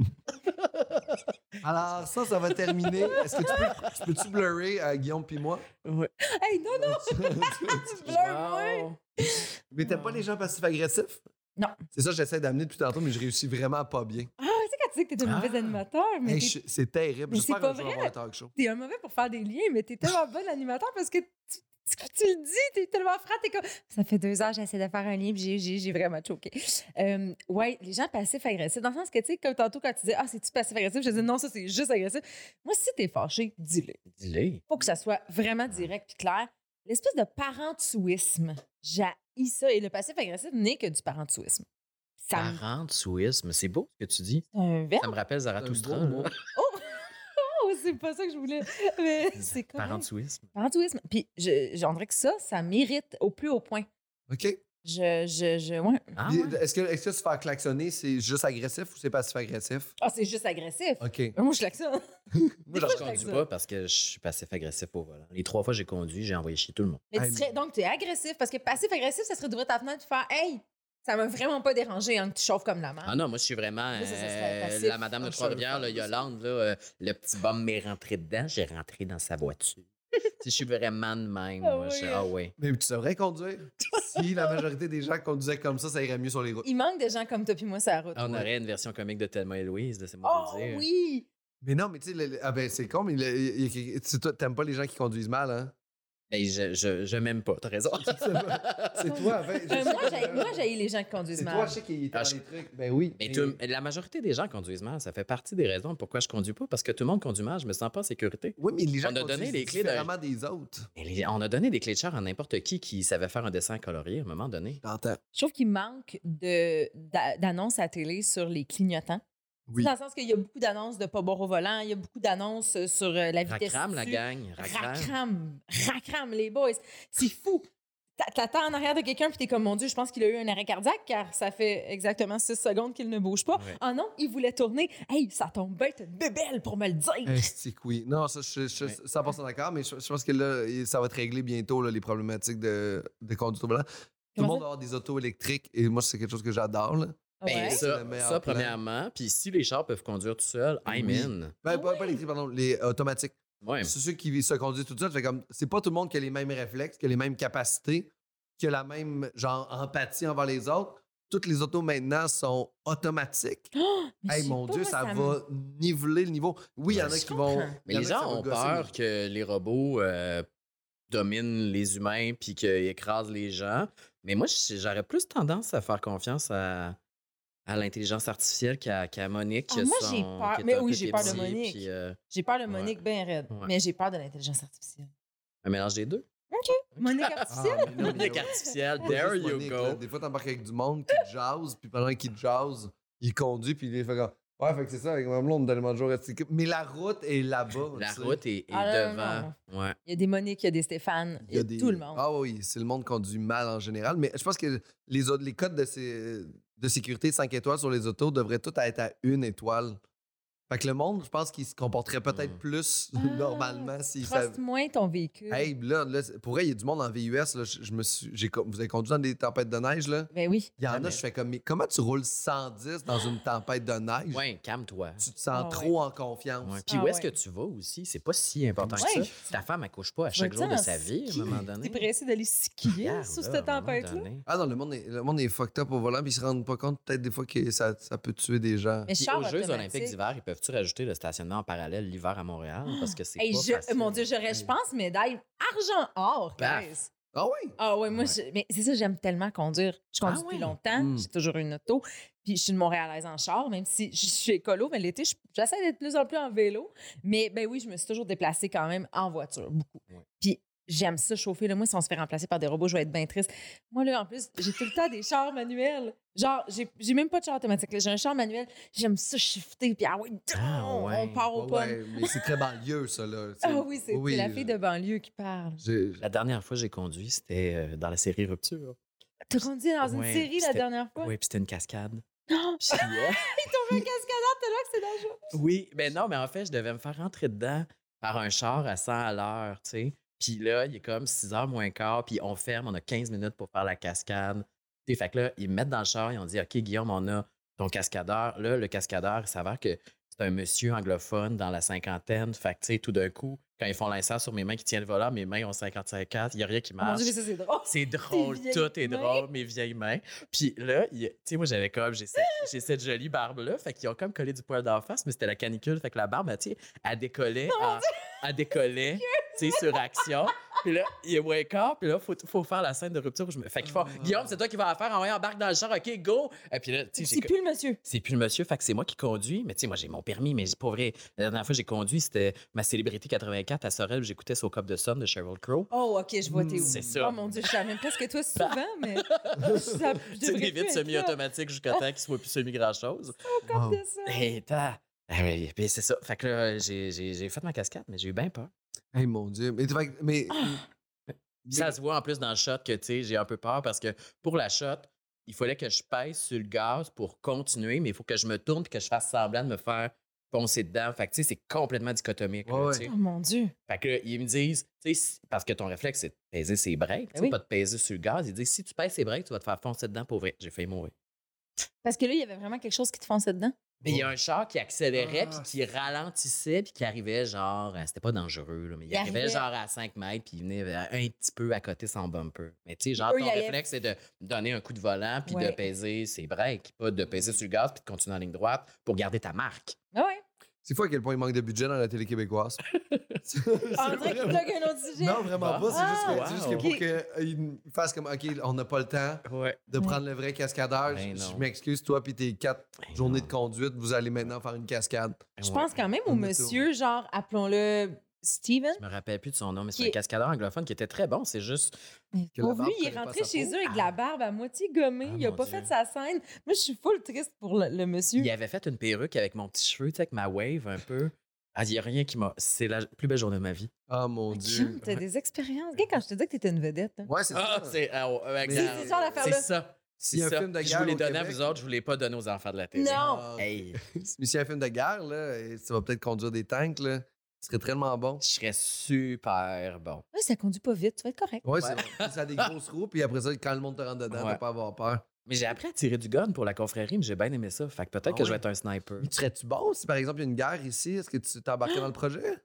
A: Alors, ça, ça va terminer. Est-ce que tu peux, tu peux-tu blurrer à Guillaume puis moi?
B: Ouais.
C: Hey, non, non! Blur-moi!
B: Wow.
A: Mais t'aimes pas les gens passifs-agressifs?
C: Non.
A: C'est ça que j'essaie d'amener depuis tantôt, mais je réussis vraiment pas bien.
C: Ah, tu sais, quand tu dis que t'es un mauvais
B: Ah.
C: animateur, mais
A: Hey,
C: t'es-
A: je- c'est terrible.
C: Mais
A: J'espère
C: c'est pas
A: un jour
C: vrai.
A: avoir un talk show.
C: t'es un mauvais pour faire des liens, mais t'es tellement bon animateur parce que tu, tu, tu le dis, t'es tellement franc, t'es comme... Ça fait deux heures, j'essaie de faire un lien, puis j'ai, j'ai, j'ai vraiment choqué. Euh, ouais, les gens passifs-agressifs, dans le sens que, tu sais, comme tantôt, quand tu dis « Ah, c'est-tu passif-agressif? » Je dis « Non, ça, c'est juste agressif. » Moi, si t'es fâché, dis-le.
B: Dis-le.
C: Faut que ça soit vraiment direct puis clair. L'espèce de parentouisme, j'haïs ça. Et le passif-agressif n'est que du parentouisme. Ça me...
B: Parentouisme, c'est beau ce que tu dis.
C: C'est un verbe?
B: Ça me rappelle
A: C'est un
B: Zarathustra.
A: beau mot.
B: là.
C: Oh, c'est pas ça que je voulais. Mais c'est comme
B: Parentouisme.
C: parentouisme. Puis, je, j'en dirais que ça, ça m'irrite au plus haut point.
A: OK.
C: Je, je, je, ouais.
B: Ah,
A: Puis,
B: ouais?
A: Est-ce que, est-ce que se faire klaxonner, c'est juste agressif ou c'est passif-agressif?
C: Ah, c'est juste agressif.
A: OK.
C: Mais Moi, je suis ça.
B: Moi,
C: Des
B: je
C: fois, je
B: conduis
C: fais ça.
B: pas parce que je suis passif-agressif au volant. Les trois fois que j'ai conduit, j'ai envoyé chier tout le monde.
C: Mais
A: Hey,
C: tu serais, donc, tu es agressif. Parce que passif-agressif, ça serait d'ouvrir ta fenêtre et faire Hey, ça m'a vraiment pas dérangé hein, que tu chauffes comme la merde.
B: Ah non, moi, je suis vraiment
C: Moi, ça, ça serait
B: euh,
C: passif.
B: la madame de
A: Ah,
B: Trois-Rivières, là,
A: je-
B: Yolande, là, euh, le petit bum m'est rentré dedans, j'ai rentré dans sa voiture. Tu sais, je suis vraiment de même.
C: Ah
B: moi, je-
C: oui.
B: Ah ouais.
A: Mais tu saurais conduire. Si la majorité des gens conduisaient comme ça, ça irait mieux sur les routes.
C: Il manque de gens comme toi puis moi sur la route.
B: Ah, on aurait une version comique de Thelma et Louise, de c'est moi
C: Oh
B: de le dire.
C: oui!
A: Mais non, mais tu sais, le- le- ah ben c'est con, mais le- il y a- il y a- tu toi, t'aimes pas les gens qui conduisent mal, hein?
B: Hey, je, je, je m'aime pas, t'as raison.
A: C'est toi, en fait. Je
C: Euh,
A: sais
C: moi,
A: que-
C: j'ai, moi, j'ai les gens qui conduisent
A: C'est
C: mal.
A: toi, je sais qu'il était
B: Ah,
A: dans
B: je-
A: les trucs. Ben oui.
B: Mais
A: mais-
B: tout- la majorité des gens conduisent mal. Ça fait partie des raisons pourquoi je conduis pas. Parce que tout le monde conduit mal, je me sens pas en sécurité.
A: Oui, mais les gens
B: On a
A: conduisent
B: donné les clés d'un-
A: différemment des autres.
B: Mais les- on a donné des clés de char à n'importe qui qui savait faire un dessin colorié à un moment donné.
A: T'entends?
C: Je trouve qu'il manque de, d'a- d'annonces à télé sur les clignotants.
A: Oui.
C: Dans le sens qu'il y a beaucoup d'annonces de pas boire au volant, il y a beaucoup d'annonces euh, sur euh, la vitesse.
B: Racrame, la
C: dessus.
B: gang. Racrame.
C: Racrame. Racrame, les boys. C'est fou. T'a- T'attends en arrière de quelqu'un puis t'es comme, mon Dieu, je pense qu'il a eu un arrêt cardiaque car ça fait exactement six secondes qu'il ne bouge pas.
B: Ouais.
C: Ah non, il voulait tourner. Hey, ça tombe bien, t'es une bébelle pour me le dire.
A: Esti que oui. Non, ça, je je suis
B: Ouais.
A: cent pour cent d'accord, mais je, je pense que là, il- ça va être réglé bientôt, là, les problématiques de, de conduite au volant. Tout le
C: Comment
A: monde
C: ça?
A: va avoir des autos électriques et moi, c'est quelque chose que j'adore. Là.
B: Ben,
C: Ouais.
A: C'est
B: ça,
A: le meilleur
B: ça
A: plan.
B: premièrement. Puis si les chars peuvent conduire tout seuls, I'm
A: Oui.
B: in.
A: Ben,
C: Ah
A: pas,
C: ouais?
A: pas électriques, pardon, les automatiques.
B: Ouais.
A: C'est ceux qui se conduisent tout seuls. Fait comme, c'est pas tout le monde qui a les mêmes réflexes, qui a les mêmes capacités, qui a la même genre empathie envers les autres. Toutes les autos maintenant sont automatiques.
C: Oh, mais je
A: Hey,
C: sais
A: mon
C: pas,
A: Dieu,
C: moi,
A: ça,
C: me-
A: va niveler le niveau. Oui, il y en a
C: Je
A: qui vont.
C: comprends.
B: Mais
A: il y en
B: les
A: a que ça
B: gens
A: va
B: ont
A: gosser,
B: peur
A: mais-
B: que les robots euh, dominent les humains puis qu'ils écrasent les gens. Mais moi, j- j'aurais plus tendance à faire confiance à, à l'intelligence artificielle qu'à qu'à Monique.
C: Ah,
B: qui a
C: moi,
B: son-
C: j'ai peur.
B: qui est
C: Mais
B: un
C: oui,
B: peu
C: j'ai peur de
B: petit,
C: Monique.
B: puis, euh,
C: J'ai peur de
B: Ouais.
C: Monique bien raide,
B: Ouais.
C: mais j'ai peur de l'intelligence artificielle.
B: un mélange des deux.
C: Monique
A: Ah,
C: artificielle?
A: mais non, mais
B: Monique
A: ouais.
B: artificielle,
A: Pas
B: there
A: juste
B: you
A: Monique,
B: go.
A: là. Des fois, t'embarques avec du monde qui te jase, puis pendant qu'il te jase, il conduit, puis il fait comme Ouais, fait que c'est ça, avec ma blonde, on me donne le jour. Mais la route est là-bas.
B: La
A: tu sais.
B: route est, est
C: Ah, non,
B: devant. Ouais.
C: Il y a des Monique, il y a des Stéphane, il y a,
A: des...
C: tout le monde.
A: Ah oui, c'est le monde conduit mal en général. Mais je pense que les, autres- les codes de, sé- de sécurité cinq étoiles sur les autos devraient tous être à une étoile. Fait que le monde, je pense qu'il se comporterait peut-être
B: Mm.
A: plus
C: Ah,
A: normalement s'il
C: Truste
A: savait.
C: moins ton véhicule.
A: Hey, là, là, c'est- pour vrai, il y a du monde en V U S. Là, je, je me suis, j'ai, co- vous avez conduit dans des tempêtes de neige, là?
C: Ben oui.
A: Il y en
B: Jamais.
A: a, je fais comme, mais comment tu roules cent dix dans une tempête de neige?
B: Ouais, calme-toi.
A: Tu te sens
C: Ah
A: trop en confiance.
B: Ouais. Puis
C: Ah
B: où est-ce
C: ouais.
B: que tu vas aussi? C'est pas si important
C: Ouais.
B: que ça. Ta femme accouche pas à
C: Tu vas
B: chaque jour de
C: en
B: sa vie, à un moment donné.
C: T'es pressé d'aller skier
B: Regarde,
C: sous
B: là,
C: cette
B: à un moment
C: tempête-là?
B: donné.
A: Ah non, le monde est, le monde est fucked up au volant, puis ils se rendent pas compte peut-être des fois que ça, ça peut tuer des gens.
C: Mais
B: Puis
C: char
B: aux Jeux
C: automatique.
B: olympiques d'hiver, ils peuvent-tu rajouter le stationnement en parallèle l'hiver à Montréal? Parce que c'est
C: Hey,
B: pas
C: je-
B: facile.
C: mon Dieu, j'aurais, je pense, médaille argent-or.
B: Paf.
C: guys.
A: Ah oui?
C: Ah ouais, moi,
B: Ouais.
C: je- mais c'est ça, j'aime tellement conduire. Je conduis
B: Ah
C: depuis
B: ouais?
C: longtemps,
A: Mm.
C: j'ai toujours eu une auto. Puis je suis une Montréalaise en char, même si je suis écolo, mais l'été, je- j'essaie d'être de plus en plus en vélo. Mais ben oui, je me suis toujours déplacée quand même en voiture, beaucoup.
B: Ouais.
C: Puis j'aime ça chauffer. Là. Moi, si on se fait remplacer par des robots, je vais être bien triste. Moi, là, en plus, j'ai tout le temps des chars manuels. Genre, j'ai j'ai même pas de char automatique. là. J'ai un char manuel. J'aime ça shifter. Puis ah oui,
B: Ah
C: on,
B: ouais.
C: on part au
A: Ouais,
C: pommes.
A: ouais, mais c'est très banlieue, ça, là. C'est-
C: Ah oui, c'est c'est la fille de banlieue qui parle.
A: j'ai-
B: La dernière fois que j'ai conduit, c'était euh, dans la série Rupture.
C: T'as conduit dans une
B: Ouais,
C: série la
B: c'était-
C: dernière fois?
B: Oui, puis c'était une cascade.
C: Non!
B: Puis, euh,
C: Ils t'ont fait un cascadeur tellement que c'est dangereux.
B: oui, mais non, mais en fait, je devais me faire rentrer dedans par un char à cent à l'heure, tu sais. Puis là, il est comme six heures moins quart, puis on ferme, on a quinze minutes pour faire la cascade. Tu sais, fait que là, ils me mettent dans le char, ils ont dit, OK, Guillaume, on a ton cascadeur. Là, le cascadeur, il s'avère que c'est un monsieur anglophone dans la cinquantaine. Fait que, tu sais, tout d'un coup, quand ils font l'insert sur mes mains qui tiennent le volant, mes mains ont cinquante-cinq ans, il n'y a rien qui
C: Oh mon
B: marche.
C: Dieu, mais ça, c'est drôle.
B: C'est drôle,
C: vieilles
B: tout est
C: mains.
B: drôle, mes vieilles mains. Puis là, il- tu sais, moi, j'avais comme, j'ai cette, j'ai cette jolie barbe-là, fait qu'ils ont comme collé du poil d'en face, mais c'était la canicule, fait que la barbe, tu sais, elle décollait,
C: Oh
B: en- elle décollait, tu sais, sur action. Puis là, il est moins quart, puis là, il faut, faut faire la scène de rupture. Où je me... Fait qu'il faut, Guillaume, c'est toi qui vas la faire, envoyer embarque dans le char, OK, go! Et puis là, tu sais, j'ai
C: C'est
B: co-
C: plus le monsieur.
B: c'est plus le monsieur, fait que c'est moi qui conduis. Mais tu sais, moi, j'ai mon permis, mais c'est pas vrai. La dernière fois que j'ai conduit, c'était ma Célébrité quatre-vingt-quatre à Sorel, où j'écoutais So Cop de Sun de Sheryl Crow.
C: Oh, OK, je vois t'es où.
B: C'est ça.
C: Oh mon Dieu, je suis la même place que toi souvent, mais. ça,
B: Tu
C: je
B: sais,
C: devrais
B: des
C: plus
B: vitres
C: être là.
B: semi-automatiques jusqu'à temps qu'il soit plus semi-grand-chose.
C: Comme
A: Wow.
C: de ça.
B: Et t'as. Ah oui, puis c'est ça. Fait que là, j'ai, j'ai, j'ai fait ma cascade, mais j'ai eu bien peur.
A: Hey, mon Dieu. Mais, fait que- mais,
B: Puis ça se voit en plus dans le shot que, tu sais, j'ai un peu peur parce que pour la shot, il fallait que je pèse sur le gaz pour continuer, mais il faut que je me tourne et que je fasse semblant de me faire poncer dedans. Fait que, tu sais, c'est complètement dichotomique. là,
A: Ouais,
B: tu sais.
C: Oh mon Dieu.
B: Fait que là, ils me disent, tu sais, si- parce que ton réflexe, c'est de peser ses breaks, tu sais,
C: oui.
B: pas de peser sur le gaz. Ils disent, si tu pèses ses breaks, tu vas te faire foncer dedans pour vrai. J'ai failli mourir.
C: Parce que là, il y avait vraiment quelque chose qui te fonçait dedans.
B: Mais il y a un char qui accélérait,
A: Ah.
B: puis qui ralentissait, puis qui arrivait genre, euh, c'était pas dangereux, là, mais il,
C: Il
B: arrivait,
C: arrivait-
B: genre à cinq mètres, puis il venait euh, un petit peu à côté son bumper. Mais tu sais, genre,
C: Eux,
B: ton
C: ils allaient-
B: réflexe, c'est de donner un coup de volant, puis de
C: Ouais.
B: peser ses breaks, pas de peser sur le gaz, puis de continuer en ligne droite pour garder ta marque.
C: Ah ouais.
A: c'est fou à quel point il manque de budget dans la télé québécoise. C'est
C: Ah, on dirait qu'il
A: vraiment-
C: plug un autre sujet.
A: Non, vraiment pas. C'est
C: Ah,
A: juste que, c'est juste que
B: wow.
A: pour qu'ils fassent comme, OK, on n'a pas le temps
B: Ouais.
A: de
C: Ouais.
A: prendre le vrai cascadeur.
B: Ben
A: je
B: non.
A: je m'excuse, toi, puis tes quatre
B: Ben
A: journées
B: non.
A: de conduite, vous allez maintenant faire une cascade.
C: Je pense quand même au
A: En
C: monsieur, genre, appelons-le Steven.
B: Je me rappelle plus de son nom, mais c'est
C: Qui-
B: un cascadeur anglophone qui était très bon. C'est juste.
A: Que la
C: Pauvre
A: barbe
C: lui, il est
A: collait pas
C: rentré
A: à sa
C: chez
A: peau.
C: eux avec de la barbe à moitié gommée.
B: Ah,
C: il a
B: mon
C: pas
B: Dieu.
C: fait sa scène. Moi, je suis full triste pour le, le monsieur.
B: Il avait fait une perruque avec mon petit cheveu, tu sais, avec ma wave un peu. Ah, il n'y a rien qui m'a. C'est la plus belle journée de ma vie.
A: Ah, mon
C: Guillaume,
A: Dieu.
C: t'as des expériences. Regarde, quand je te dis que t'étais une vedette. hein.
A: Ouais, c'est
B: Ah,
A: ça.
B: c'est. ah, ouais,
A: Mais-
B: regarde.
C: C'est ça, l'affaire-là.
B: C'est ça.
A: S'il y a
B: C'est
A: un
B: ça.
A: film de
B: Je
A: guerre
B: vous les
A: au
B: donnais à
A: Québec-
B: vous autres, je ne voulais pas donner aux enfants de la télé.
C: Non.
A: Ah.
B: Hey,
A: Mais s'il y a un film de guerre, là, et tu vas peut-être conduire des tanks, là, ce serait tellement bon.
B: je serais super bon.
C: Ouais, ça conduit pas vite. Tu vas être correct.
A: Ouais, c'est vrai. Ça a des grosses roues, puis après ça, quand le monde te rentre dedans,
B: Ouais.
A: t'as pas à avoir peur.
B: Mais j'ai appris à tirer du gun pour la confrérie, mais j'ai bien aimé ça. Fait que peut-être
A: Ah
B: que je vais
A: ouais?
B: être un sniper.
A: Mais tu serais-tu bon si, par exemple, il y a une guerre ici? Est-ce que tu t'es embarqué dans le projet?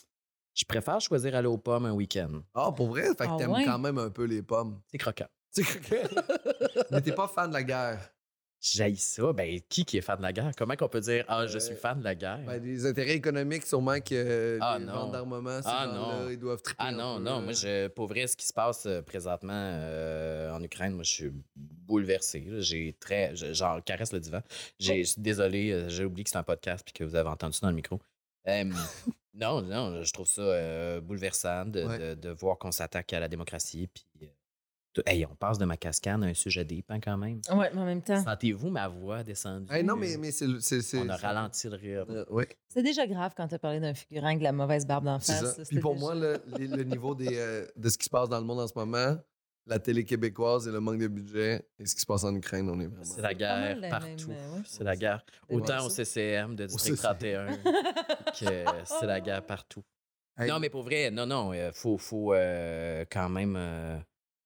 B: Je préfère choisir aller aux pommes un week-end.
A: Ah, pour vrai? Fait que
C: Ah
A: t'aimes
C: ouais?
A: quand même un peu les pommes.
B: C'est croquant.
A: C'est que- Mais t'es pas fan de la guerre.
B: J'haïs ça. Ben, qui qui est fan de la guerre? Comment qu'on peut dire, ah, je suis
A: Euh,
B: fan de la guerre?
A: Ben, des intérêts économiques, sûrement que
B: Ah,
A: les
B: non.
A: ventes d'armement, ces
B: Ah,
A: gens-là,
B: non.
A: ils doivent triper
B: Ah
A: un
B: non,
A: peu,
B: non,
A: euh.
B: moi, je, pour vrai, ce qui se passe euh, présentement euh, en Ukraine, moi, je suis bouleversé. là. J'ai très. je- genre, caresse le divan. J'ai, je suis désolé, euh, j'ai oublié que c'est un podcast puis que vous avez entendu ça dans le micro. Euh, non, non, je trouve ça euh, bouleversant de,
A: Ouais.
B: de- de voir qu'on s'attaque à la démocratie puis euh, Hey, on passe de ma cascade à un sujet deep hein, quand même.
C: Ouais, mais en même temps.
B: Sentez-vous ma voix descendue?
A: Hey, non, mais, mais c'est, c'est, c'est-
B: On a
A: c'est-
B: ralenti le rire.
A: Euh, oui,
C: C'est déjà grave quand tu as parlé d'un figurant avec de la mauvaise barbe d'en
A: c'est
C: face.
A: ça.
C: là,
A: Puis
C: c'était
A: pour
C: déjà-
A: moi, le, les- le niveau des, euh, de ce qui se passe dans le monde en ce moment, la télé québécoise et le manque de budget et ce qui se passe en Ukraine, on est vraiment...
B: C'est la
C: pas
B: guerre
C: mal la
B: partout.
C: même, euh, ouais.
B: C'est la guerre.
C: Ouais,
B: Autant
C: ça.
B: au C C M de District
A: C C M.
B: trente et un que c'est la guerre partout.
A: Hey,
B: Non, mais pour vrai, non, non, il faut, faut euh, quand même euh,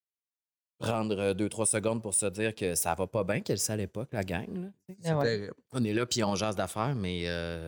B: prendre euh, deux, trois secondes pour se dire que ça va pas bien, qu'elle sait à l'époque, la gang. Là.
A: c'est
C: Ah ouais.
A: terrible.
B: On est là, puis on jase d'affaires, mais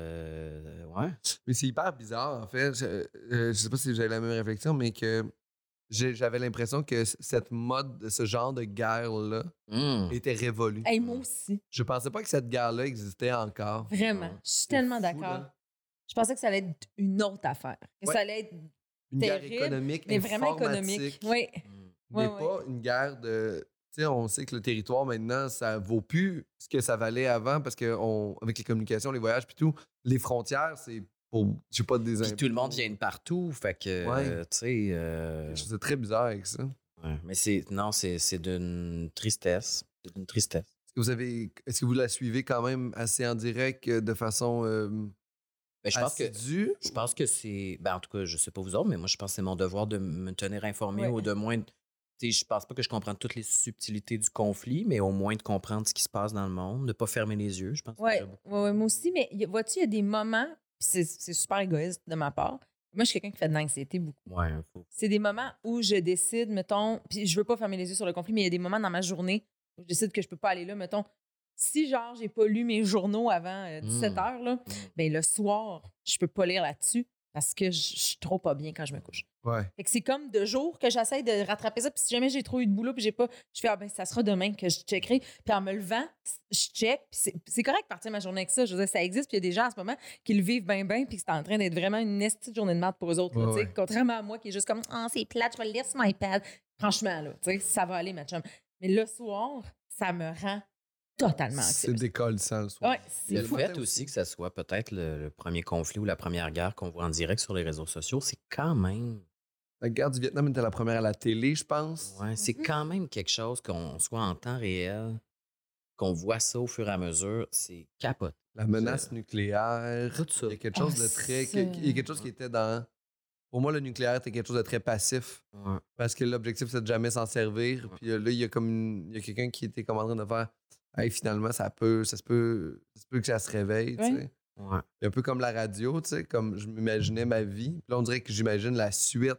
B: euh, ouais.
A: Mais c'est hyper bizarre, en fait. Je, euh, je sais pas si j'avais la même réflexion, mais que j'ai- j'avais l'impression que c- cette mode, ce genre de guerre-là
B: Mm.
A: était révolue.
C: Hey, moi aussi.
A: Je pensais pas que cette guerre-là existait encore.
C: Vraiment. Je suis tellement
A: fou,
C: d'accord.
A: là.
C: Je pensais que ça allait être une autre affaire. Que
A: Ouais.
C: ça allait être,
A: Une guerre
C: terrible,
A: économique,
C: mais vraiment économique.
A: informatique,
C: Oui.
B: Mm.
A: mais
C: Ouais,
A: pas une guerre de... Tu sais, on sait que le territoire, maintenant, ça vaut plus ce que ça valait avant parce que on, avec les communications, les voyages puis tout, les frontières, c'est pour, je sais pas, des
B: Puis
A: impôts.
B: tout le monde vient de partout, fait que,
A: Ouais.
B: euh, tu sais... euh,
A: Je trouve ça très bizarre avec ça.
B: ouais. Mais c'est... Non, c'est c'est d'une tristesse. C'est d'une tristesse.
A: Est-ce que vous avez, est-ce que vous la suivez quand même assez en direct, euh, de façon euh,
B: Ben, je pense que...
A: assidue?
B: Je pense que c'est. Ben, en tout cas, je sais pas vous autres, mais moi, je pense que c'est mon devoir de me tenir informé
C: Ouais.
B: ou de moins. Tu sais, je pense pas que je comprends toutes les subtilités du conflit, mais au moins de comprendre ce qui se passe dans le monde, de pas fermer les yeux. Je pense que c'est
C: Oui,
B: déjà beaucoup.
C: ouais, ouais, moi aussi. Mais y a- vois-tu, il y a des moments, puis c'est c'est super égoïste de ma part. Moi, je suis quelqu'un qui fait de l'anxiété beaucoup.
B: Ouais, faut.
C: C'est des moments où je décide, mettons, puis je veux pas fermer les yeux sur le conflit, mais il y a des moments dans ma journée où je décide que je peux pas aller là, mettons. Si, genre, j'ai pas lu mes journaux avant euh, dix-sept heures, là, ben le soir, je peux pas lire là-dessus parce que je je suis trop pas bien quand je me couche.
A: Ouais.
C: Fait que c'est comme de jour que j'essaie de rattraper ça, puis si jamais j'ai trop eu de boulot, puis j'ai pas, je fais, ah ben, ça sera demain que je checkerai. Puis en me levant, je check, puis c'est- c'est correct de partir ma journée avec ça. Je veux dire, ça existe, puis il y a des gens en ce moment qui le vivent bien, bien, puis que c'est en train d'être vraiment une estie de journée de merde pour eux autres. là,
A: Ouais,
C: tu sais.
A: ouais.
C: Contrairement à moi qui est juste comme, ah, c'est plate, je vais le lire sur mon iPad. Franchement, là, tu sais, ça va aller, ma chum. Mais le soir, ça me rend totalement
A: C'est
C: anxieuse.
A: décollissant le soir.
C: Ouais,
B: Le
C: c'est fou.
B: fait aussi que ça soit peut-être le, le premier conflit ou la première guerre qu'on voit en direct sur les réseaux sociaux, c'est quand même.
A: La guerre du Vietnam était la première à la télé, je pense.
B: Ouais, c'est
C: Mhm.
B: quand même quelque chose qu'on soit en temps réel, qu'on voit ça au fur et à mesure, c'est capote.
A: La menace nucléaire.
B: Tout ça.
A: Il y a quelque chose
C: Ah,
A: de très.
C: ça.
A: Il y a quelque chose qui était dans. Pour moi, le nucléaire était quelque chose de très passif.
B: Ouais.
A: Parce que l'objectif, c'est de jamais s'en servir. Puis euh, là, il y a comme une- il y a quelqu'un qui était comme en train de faire. Hey, finalement, ça peut. Ça se peut. Ça se peut que ça se réveille, tu
C: Ouais.
A: sais.
B: Ouais.
A: Un peu comme la radio, tu sais, comme je m'imaginais ma vie. Puis là, on dirait que j'imagine la suite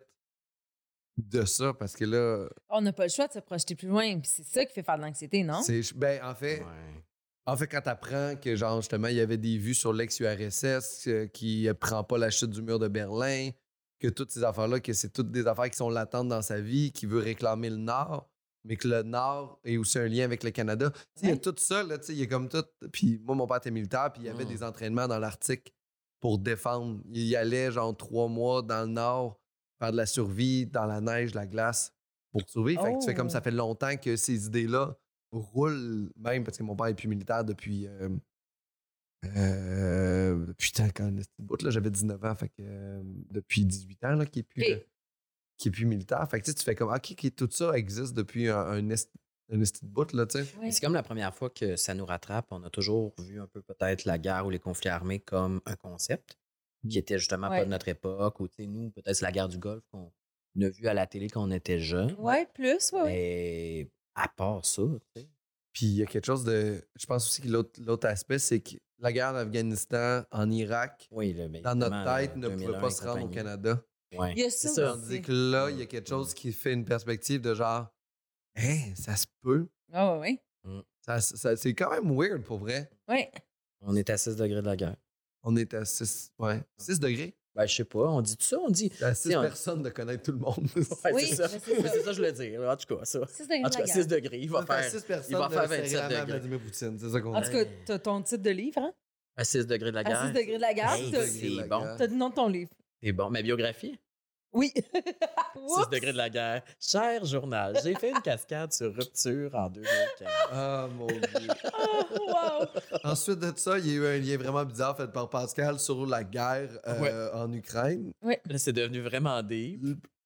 A: de ça parce que là,
C: On n'a pas le choix de se projeter plus loin, puis c'est ça qui fait faire de l'anxiété, non?
A: c'est. Ben, en fait,
B: Ouais.
A: en fait, quand t'apprends que, genre, justement, il y avait des vues sur l'ex-U R S S euh, qui euh, prend pas la chute du mur de Berlin, que toutes ces affaires-là, que c'est toutes des affaires qui sont latentes dans sa vie, qui veut réclamer le Nord, mais que le Nord est aussi un lien avec le Canada. Tu sais, il y a
C: Ouais.
A: tout ça, là, tu sais, il y a comme tout. Puis moi, mon père était militaire, puis il y avait
B: Mm.
A: des entraînements dans l'Arctique pour défendre. Il y allait, genre, trois mois dans le Nord, faire de la survie, dans la neige, la glace, pour survivre. Fait que tu fais comme
C: Oh.
A: ça fait longtemps que ces idées-là roulent, même parce que mon père est plus militaire depuis. Euh, euh, putain, quand on était bout, là, j'avais dix-neuf ans, fait que euh, depuis dix-huit ans, là, qui est plus.
C: Ok.
A: euh, qui est plus militaire. Fait que tu sais, tu fais comme, OK, ok, tout ça existe depuis un, un, est, un esti de bout, là, tu sais.
C: Ouais.
B: C'est comme la première fois que ça nous rattrape. On a toujours vu un peu peut-être la guerre ou les conflits armés comme un concept qui était justement pas
C: Ouais.
B: de notre époque. Ou tu sais, nous, peut-être c'est la guerre du Golfe qu'on a vu à la télé quand on était jeunes.
C: Ouais, plus, ouais, ouais.
B: Mais à part ça, tu sais.
A: Puis il y a quelque chose de. Je pense aussi que l'autre l'autre aspect, c'est que la guerre en Afghanistan, en Irak,
B: Oui, là, ben,
A: dans notre
B: évidemment,
A: tête,
B: euh,
A: ne pouvait
B: deux mille un
A: pas
B: et
A: se rendre au
B: compagnie.
A: Canada.
B: Ouais.
C: Il y a
B: C'est
C: ça
B: ça.
C: aussi.
A: Tandis que là, il y a quelque chose qui fait une perspective de genre, hey, ça se peut.
C: Ah, ouais, ouais.
A: Ça, ça- c'est quand même weird pour vrai.
C: Ouais.
B: On est à six degrés de la guerre.
A: On est à six, ouais, six degrés.
B: Ben, je sais pas, on dit tout ça, on dit.
A: C'est à six
B: T'sais, on-
A: personnes de connaître tout le monde.
B: Ouais,
C: Oui,
B: c'est ça.
C: mais c'est ça.
B: C'est ça, je voulais dire. En tout cas, ça.
C: six degrés
B: En
C: de
B: tout
C: la
B: cas,
C: guerre.
B: six degrés. Il va
A: Ça fait
B: faire.
A: six personnes
B: il va faire
A: de
B: vingt-sept
A: serrer la main à
B: degrés.
A: Vladimir Poutine, c'est ça qu'on
C: En tout cas, t'as ton titre de livre, hein?
B: À six degrés de la
C: À
B: guerre.
C: six degrés de la guerre.
B: Hey,
C: t'as-
B: c'est
A: de la
B: bon.
A: guerre.
C: T'as le nom de ton livre.
B: C'est bon. Ma biographie?
C: Oui.
B: six
C: Oups!
B: degrés de la guerre. Cher journal, j'ai fait une cascade sur Rupture en deux mille quatre.
A: Ah, mon Dieu.
C: Ah, wow!
A: Ensuite de ça, il y a eu un lien vraiment bizarre fait par Pascal sur la guerre euh, en Ukraine.
B: Là, c'est devenu vraiment deep.
A: Puis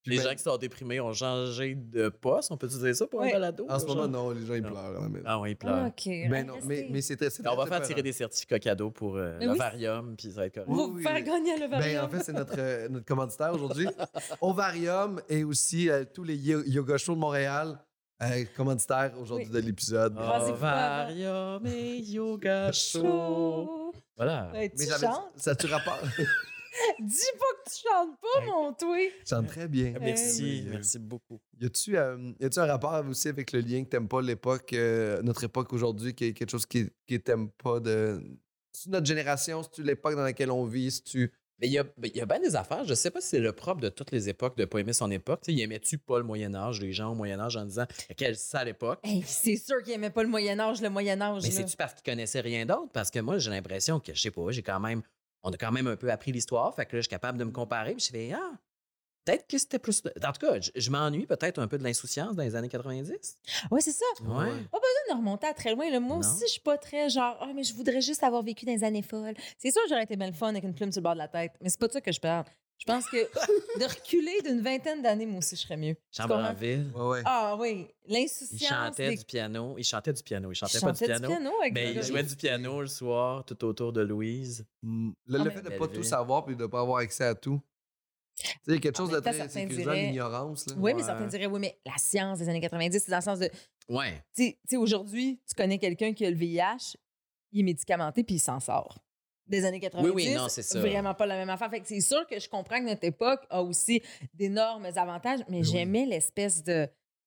B: Les
A: Ben-
B: gens qui sont déprimés ont changé de poste. On peut dire ça pour
C: Ouais.
B: un balado?
A: En ce
B: genre?
A: moment, non, les gens, ils
B: Non.
A: pleurent. à la maison.
B: Ah oui, ils
C: Ah,
B: pleurent.
C: OK.
A: Ben non, mais, mais c'est très, c'est
B: On va
A: très
B: faire tirer
A: épeurant.
B: des certificats cadeaux pour euh,
C: Mais oui,
B: l'ovarium, puis ça va être correct.
C: On va
A: Oui,
C: vous
A: oui,
C: faire
A: oui.
C: gagner le
A: Ben,
C: varium.
A: en fait, c'est notre, euh, notre commanditaire aujourd'hui. Ovarium et aussi euh, tous les yo- yoga shows de Montréal. Euh, commanditaire aujourd'hui
C: Oui.
A: de l'épisode.
C: Ah, c'est fou,
B: Ovarium et yoga show. Voilà.
C: Ouais, tu
A: Mais j'avais
C: chantes?
A: ça tu rapport.
C: Dis pas que tu chantes pas, mon toi.
A: Je chante très bien.
B: Merci,
A: Euh,
B: merci beaucoup.
A: Y a-tu euh, y a-tu un rapport aussi avec le lien que t'aimes pas l'époque, euh, notre époque aujourd'hui, qui est quelque chose qui, qui t'aime pas de. C'est notre génération, c'est-tu l'époque dans laquelle on vit, c'est-tu.
B: Mais il y a, ben, il y a bien des affaires. Je sais pas si c'est le propre de toutes les époques de pas aimer son époque. Tu sais, aimais-tu pas le Moyen-Âge, les gens au Moyen-Âge, en disant quelle sale époque?
C: Hey, c'est sûr qu'il aimait pas le Moyen-Âge, le Moyen-Âge.
B: Mais
C: là.
B: c'est-tu parce qu'ils connaissaient rien d'autre? Parce que moi, j'ai l'impression que, je sais pas, j'ai quand même. On a quand même un peu appris l'histoire. Fait que là, je suis capable de me comparer. Puis je fais, ah, peut-être que c'était plus. En tout cas, je, je m'ennuie peut-être un peu de l'insouciance dans les années quatre-vingt-dix.
C: Ouais, c'est ça.
B: Ouais.
C: Pas besoin de remonter à très loin. Là. Moi
B: Non.
C: aussi, je suis pas très genre, ah, mais je voudrais juste avoir vécu dans les années folles. C'est sûr que j'aurais été belle fun avec une plume sur le bord de la tête, mais c'est pas de ça que je parle. Je pense que de reculer d'une vingtaine d'années, moi aussi, je serais mieux. Tu comprends?
B: Chambre-en-Ville.
A: Ouais, ouais.
C: Ah oui,
B: Il
C: l'insouciance.
B: chantait
C: des-
B: du piano. Il chantait du piano. Il
C: Il
B: chantait pas du
C: chantait
B: piano.
C: avec
B: Mais il
C: Grégory.
B: jouait du piano le soir tout autour de Louise.
A: Mm. Le,
C: Ah,
A: le
C: mais-
A: fait de
B: Belle
A: pas
B: vie.
A: tout savoir puis de pas avoir accès à tout. Tu sais, il y a quelque
C: En
A: chose de
C: même temps,
A: très
C: certains
A: sécurisant,
C: diraient-
A: l'ignorance. là.
C: Oui, mais
B: Ouais.
C: certains diraient, oui, mais la science des années quatre-vingt-dix, c'est dans le sens de, tu
B: Ouais.
C: sais, tu sais, aujourd'hui, tu connais quelqu'un qui a le V I H, il est médicamenté puis il s'en sort. Des années quatre-vingt-dix,
B: Oui, oui, non, c'est ça.
C: vraiment pas la même affaire. Fait que c'est sûr que je comprends que notre époque a aussi d'énormes avantages, mais
A: oui.
C: j'aimais l'espèce de...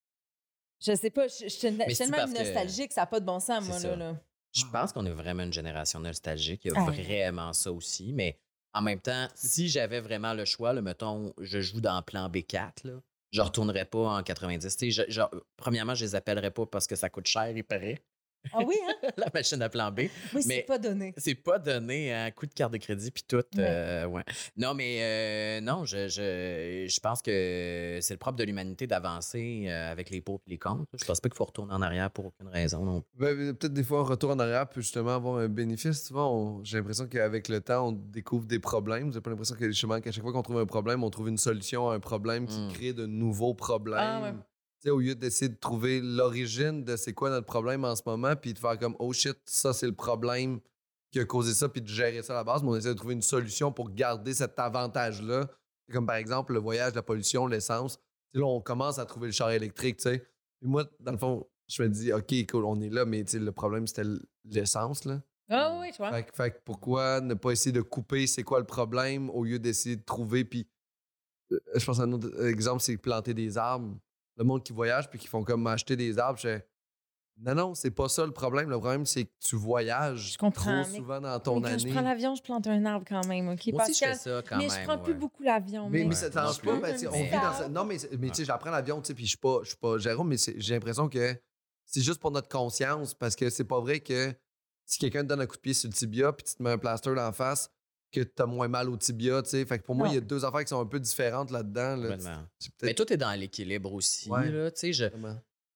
C: Je sais pas, je je- je suis je suis
B: c'est
C: tellement
B: parce que-
C: nostalgique, ça n'a pas de bon sens,
B: C'est
C: moi,
B: ça.
C: là. là.
B: Je pense qu'on est vraiment une génération nostalgique. Il y a
C: Ah.
B: vraiment ça aussi. Mais en même temps, si j'avais vraiment le choix, là, mettons, je joue dans Plan B quatre, là, je retournerais pas en quatre-vingt-dix. Tu sais, je- je- premièrement, je les appellerais pas parce que ça coûte cher, il paraît,
C: Ah oui, hein?
B: la machine à Plan B.
C: Oui,
B: Mais-
C: c'est pas donné.
B: C'est pas donné à coup de carte de crédit puis tout.
C: Ouais.
B: euh, ouais. Non, mais euh, non, je, je, je pense que c'est le propre de l'humanité d'avancer euh, avec les pour et les contre. Je pense pas qu'il faut retourner en arrière pour aucune raison. Non.
A: Ben, peut-être des fois, un retour en arrière peut justement avoir un bénéfice. Tu vois, on- j'ai l'impression qu'avec le temps, on découvre des problèmes. J'ai pas l'impression que justement, qu'à chaque fois qu'on trouve un problème, on trouve une solution à un problème qui
B: Mm.
A: crée de nouveaux problèmes.
C: Ah, ouais.
A: Tu sais, au lieu d'essayer de trouver l'origine de c'est quoi notre problème en ce moment, puis de faire comme oh shit, ça c'est le problème qui a causé ça, puis de gérer ça à la base, mais on essaie de trouver une solution pour garder cet avantage-là. Comme par exemple le voyage, la pollution, l'essence. Tu sais, là, on commence à trouver le char électrique, tu sais. Puis moi, dans le fond, je me dis, OK, cool, on est là, mais tu sais, le problème, c'était l'essence, là.
C: Ah oui, tu vois.
A: Fait, que- fait que pourquoi ne pas essayer de couper c'est quoi le problème au lieu d'essayer de trouver, puis euh, je pense à un autre exemple, c'est planter des arbres. Le monde qui voyage puis qui font comme acheter des arbres, je fais, non, non, c'est pas ça le problème. Le problème, c'est que tu voyages
C: Je comprends,
A: trop
C: mais-
A: souvent dans ton
C: Mais quand
A: année.
C: je prends l'avion, je plante un arbre quand même, OK?
B: Moi aussi, je
C: Pascal?
B: fais ça quand
C: mais
B: même.
C: je prends plus
B: ouais.
C: beaucoup l'avion.
A: Mais, mais
B: Ouais,
A: ça
B: moi
A: t'arrange
B: non
A: pas.
B: plus.
A: Ben, tu sais, on
B: Mais-
A: vit dans ça. Non, mais, mais tu sais, j'apprends l'avion, tu sais, puis je suis pas, je suis pas Jérôme, mais c'est- j'ai l'impression que c'est juste pour notre conscience, parce que c'est pas vrai que si quelqu'un te donne un coup de pied sur le tibia, puis tu te mets un plaster dans la face, que t'as moins mal au tibia, tu sais. Fait que pour moi,
C: Non.
A: il y a deux affaires qui sont un peu différentes là-dedans. Là.
B: Complètement.
A: C'est
B: Mais
A: peut-être
B: tout est dans l'équilibre aussi.
A: Ouais.
B: Là, tu sais, je,
A: vraiment-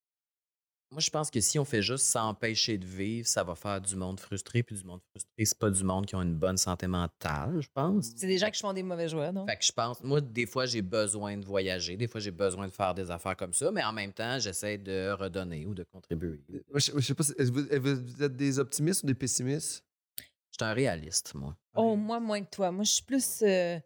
B: moi, je pense que si on fait juste s'empêcher de vivre, ça va faire du monde frustré. Puis du monde frustré, c'est pas du monde qui a une bonne santé mentale, je pense.
C: C'est des gens qui font des mauvais joueurs, donc.
B: Fait que je pense, moi, des fois, j'ai besoin de voyager. Des fois, j'ai besoin de faire des affaires comme ça. Mais en même temps, j'essaie de redonner ou de contribuer.
A: Moi, Je, je sais pas, si- est-ce que vous, est-ce que vous êtes des optimistes ou des pessimistes?
B: Je suis un réaliste, moi.
C: Oh, moi, moins que toi. Moi, je suis plus. Euh...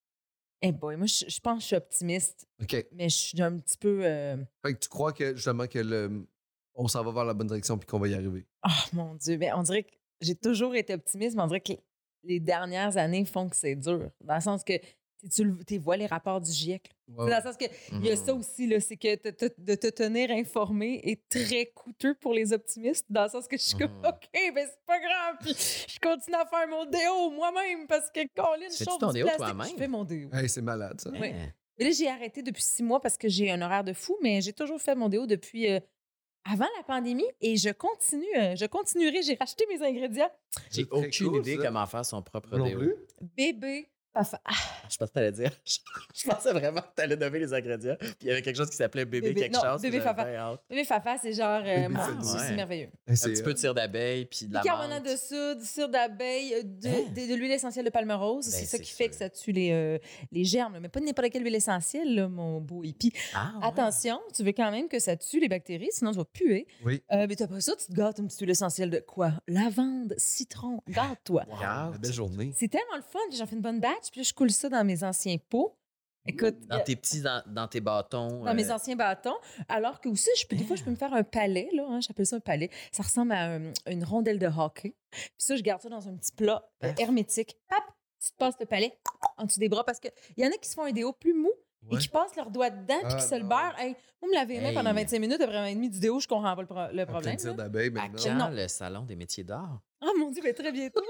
C: Eh boy, moi, je, je pense que je suis optimiste,
A: OK.
C: mais je suis un petit peu. euh,
A: Fait que tu crois que justement que le, on s'en va vers la bonne direction puis qu'on va y arriver.
C: Oh mon Dieu. Ben, on dirait que j'ai toujours été optimiste, mais on dirait que les dernières années font que c'est dur. Dans le sens que tu, tu le- tu vois les rapports du GIEC. là.
A: Ouais,
C: Dans le sens que il y a ça
B: Mhm.
C: aussi, là, c'est que te- te- de te tenir informé est très coûteux pour les optimistes. Dans le sens que je suis comme,
B: Mhm.
C: OK, ben c'est pas grave. Puis je continue à faire mon déo moi-même parce que Colin, je
B: Fais-tu
C: chauffe
B: ton
C: du
B: déo
C: plastique.
B: toi-même?
C: Je fais mon déo.
A: Hey, c'est malade, ça.
C: Ouais.
B: Hein?
C: Mais là, j'ai arrêté depuis six mois parce que j'ai un horaire de fou, mais j'ai toujours fait mon déo depuis euh, avant la pandémie et je continue. euh, je continuerai. J'ai racheté mes ingrédients.
B: J'ai
A: C'est très
B: aucune
A: cool,
B: idée
A: ça.
B: comment faire son propre
A: Non
B: déo.
A: plus?
C: Bébé Fafa. Ah,
B: Je pensais que t'allais dire. Je pensais vraiment que t'allais nommer les ingrédients. Puis il y avait quelque chose qui s'appelait bébé,
C: Bébé-
B: quelque
C: non,
B: chose.
C: bébé
B: puis j'avais
C: Fafa.
B: bien hâte.
C: bébé Fafa, c'est genre. euh,
A: Bébé
C: moi,
A: Fafa.
C: c'est
B: Ouais.
C: merveilleux.
A: Eh,
B: Un
A: c'est
B: petit peu
A: hot.
B: de cire d'abeille, puis de la
C: Bicarbonate
B: menthe.
C: de soude, cire d'abeille, euh, de,
B: Hein?
C: de, de l'huile essentielle de palme rose.
B: Ben,
C: c'est ça
B: c'est
C: qui fait que
B: sûr.
C: ça tue les, euh, les germes. là. Mais pas n'importe quelle huile essentielle, là, mon beau hippie.
B: Ah, ouais.
C: Attention, tu veux quand même que ça tue les bactéries, sinon tu vas puer.
A: Oui.
C: Euh, mais t'as pas ça, tu te gâtes une petite huile essentielle de quoi? Lavande, citron, gâte-toi.
A: Wow,
B: Regarde.
A: une belle journée.
C: C'est tellement le fun, puis j'en fais une bonne batch, puis là, je coule ça dans mes anciens pots. Écoute,
B: Dans
C: euh,
B: tes petits, dans, dans tes bâtons.
C: dans mes
B: euh,
C: anciens bâtons, alors que aussi, je peux, des fois, je peux me faire un palais, là, hein, j'appelle ça un palais. Ça ressemble à un- une rondelle de hockey. Puis ça, je garde ça dans un petit plat euh, hermétique. Hop, tu te passes le palais en dessous des bras, parce qu'il y en a qui se font un déo plus mou et
A: Ouais.
C: qui passent leurs doigts dedans, puis
A: Ah,
C: qui se le
A: non.
C: beurrent. Hey, moi, me laver les mains
B: Hey.
C: pendant vingt-cinq minutes, après un et demi du déo, je comprends pas le, pro- le
A: À plein
C: problème.
A: de cire
C: là.
A: d'abeille,
B: À
A: maintenant.
B: quand
C: Non.
B: le salon des métiers d'art?
C: Oh mon Dieu, mais très bientôt.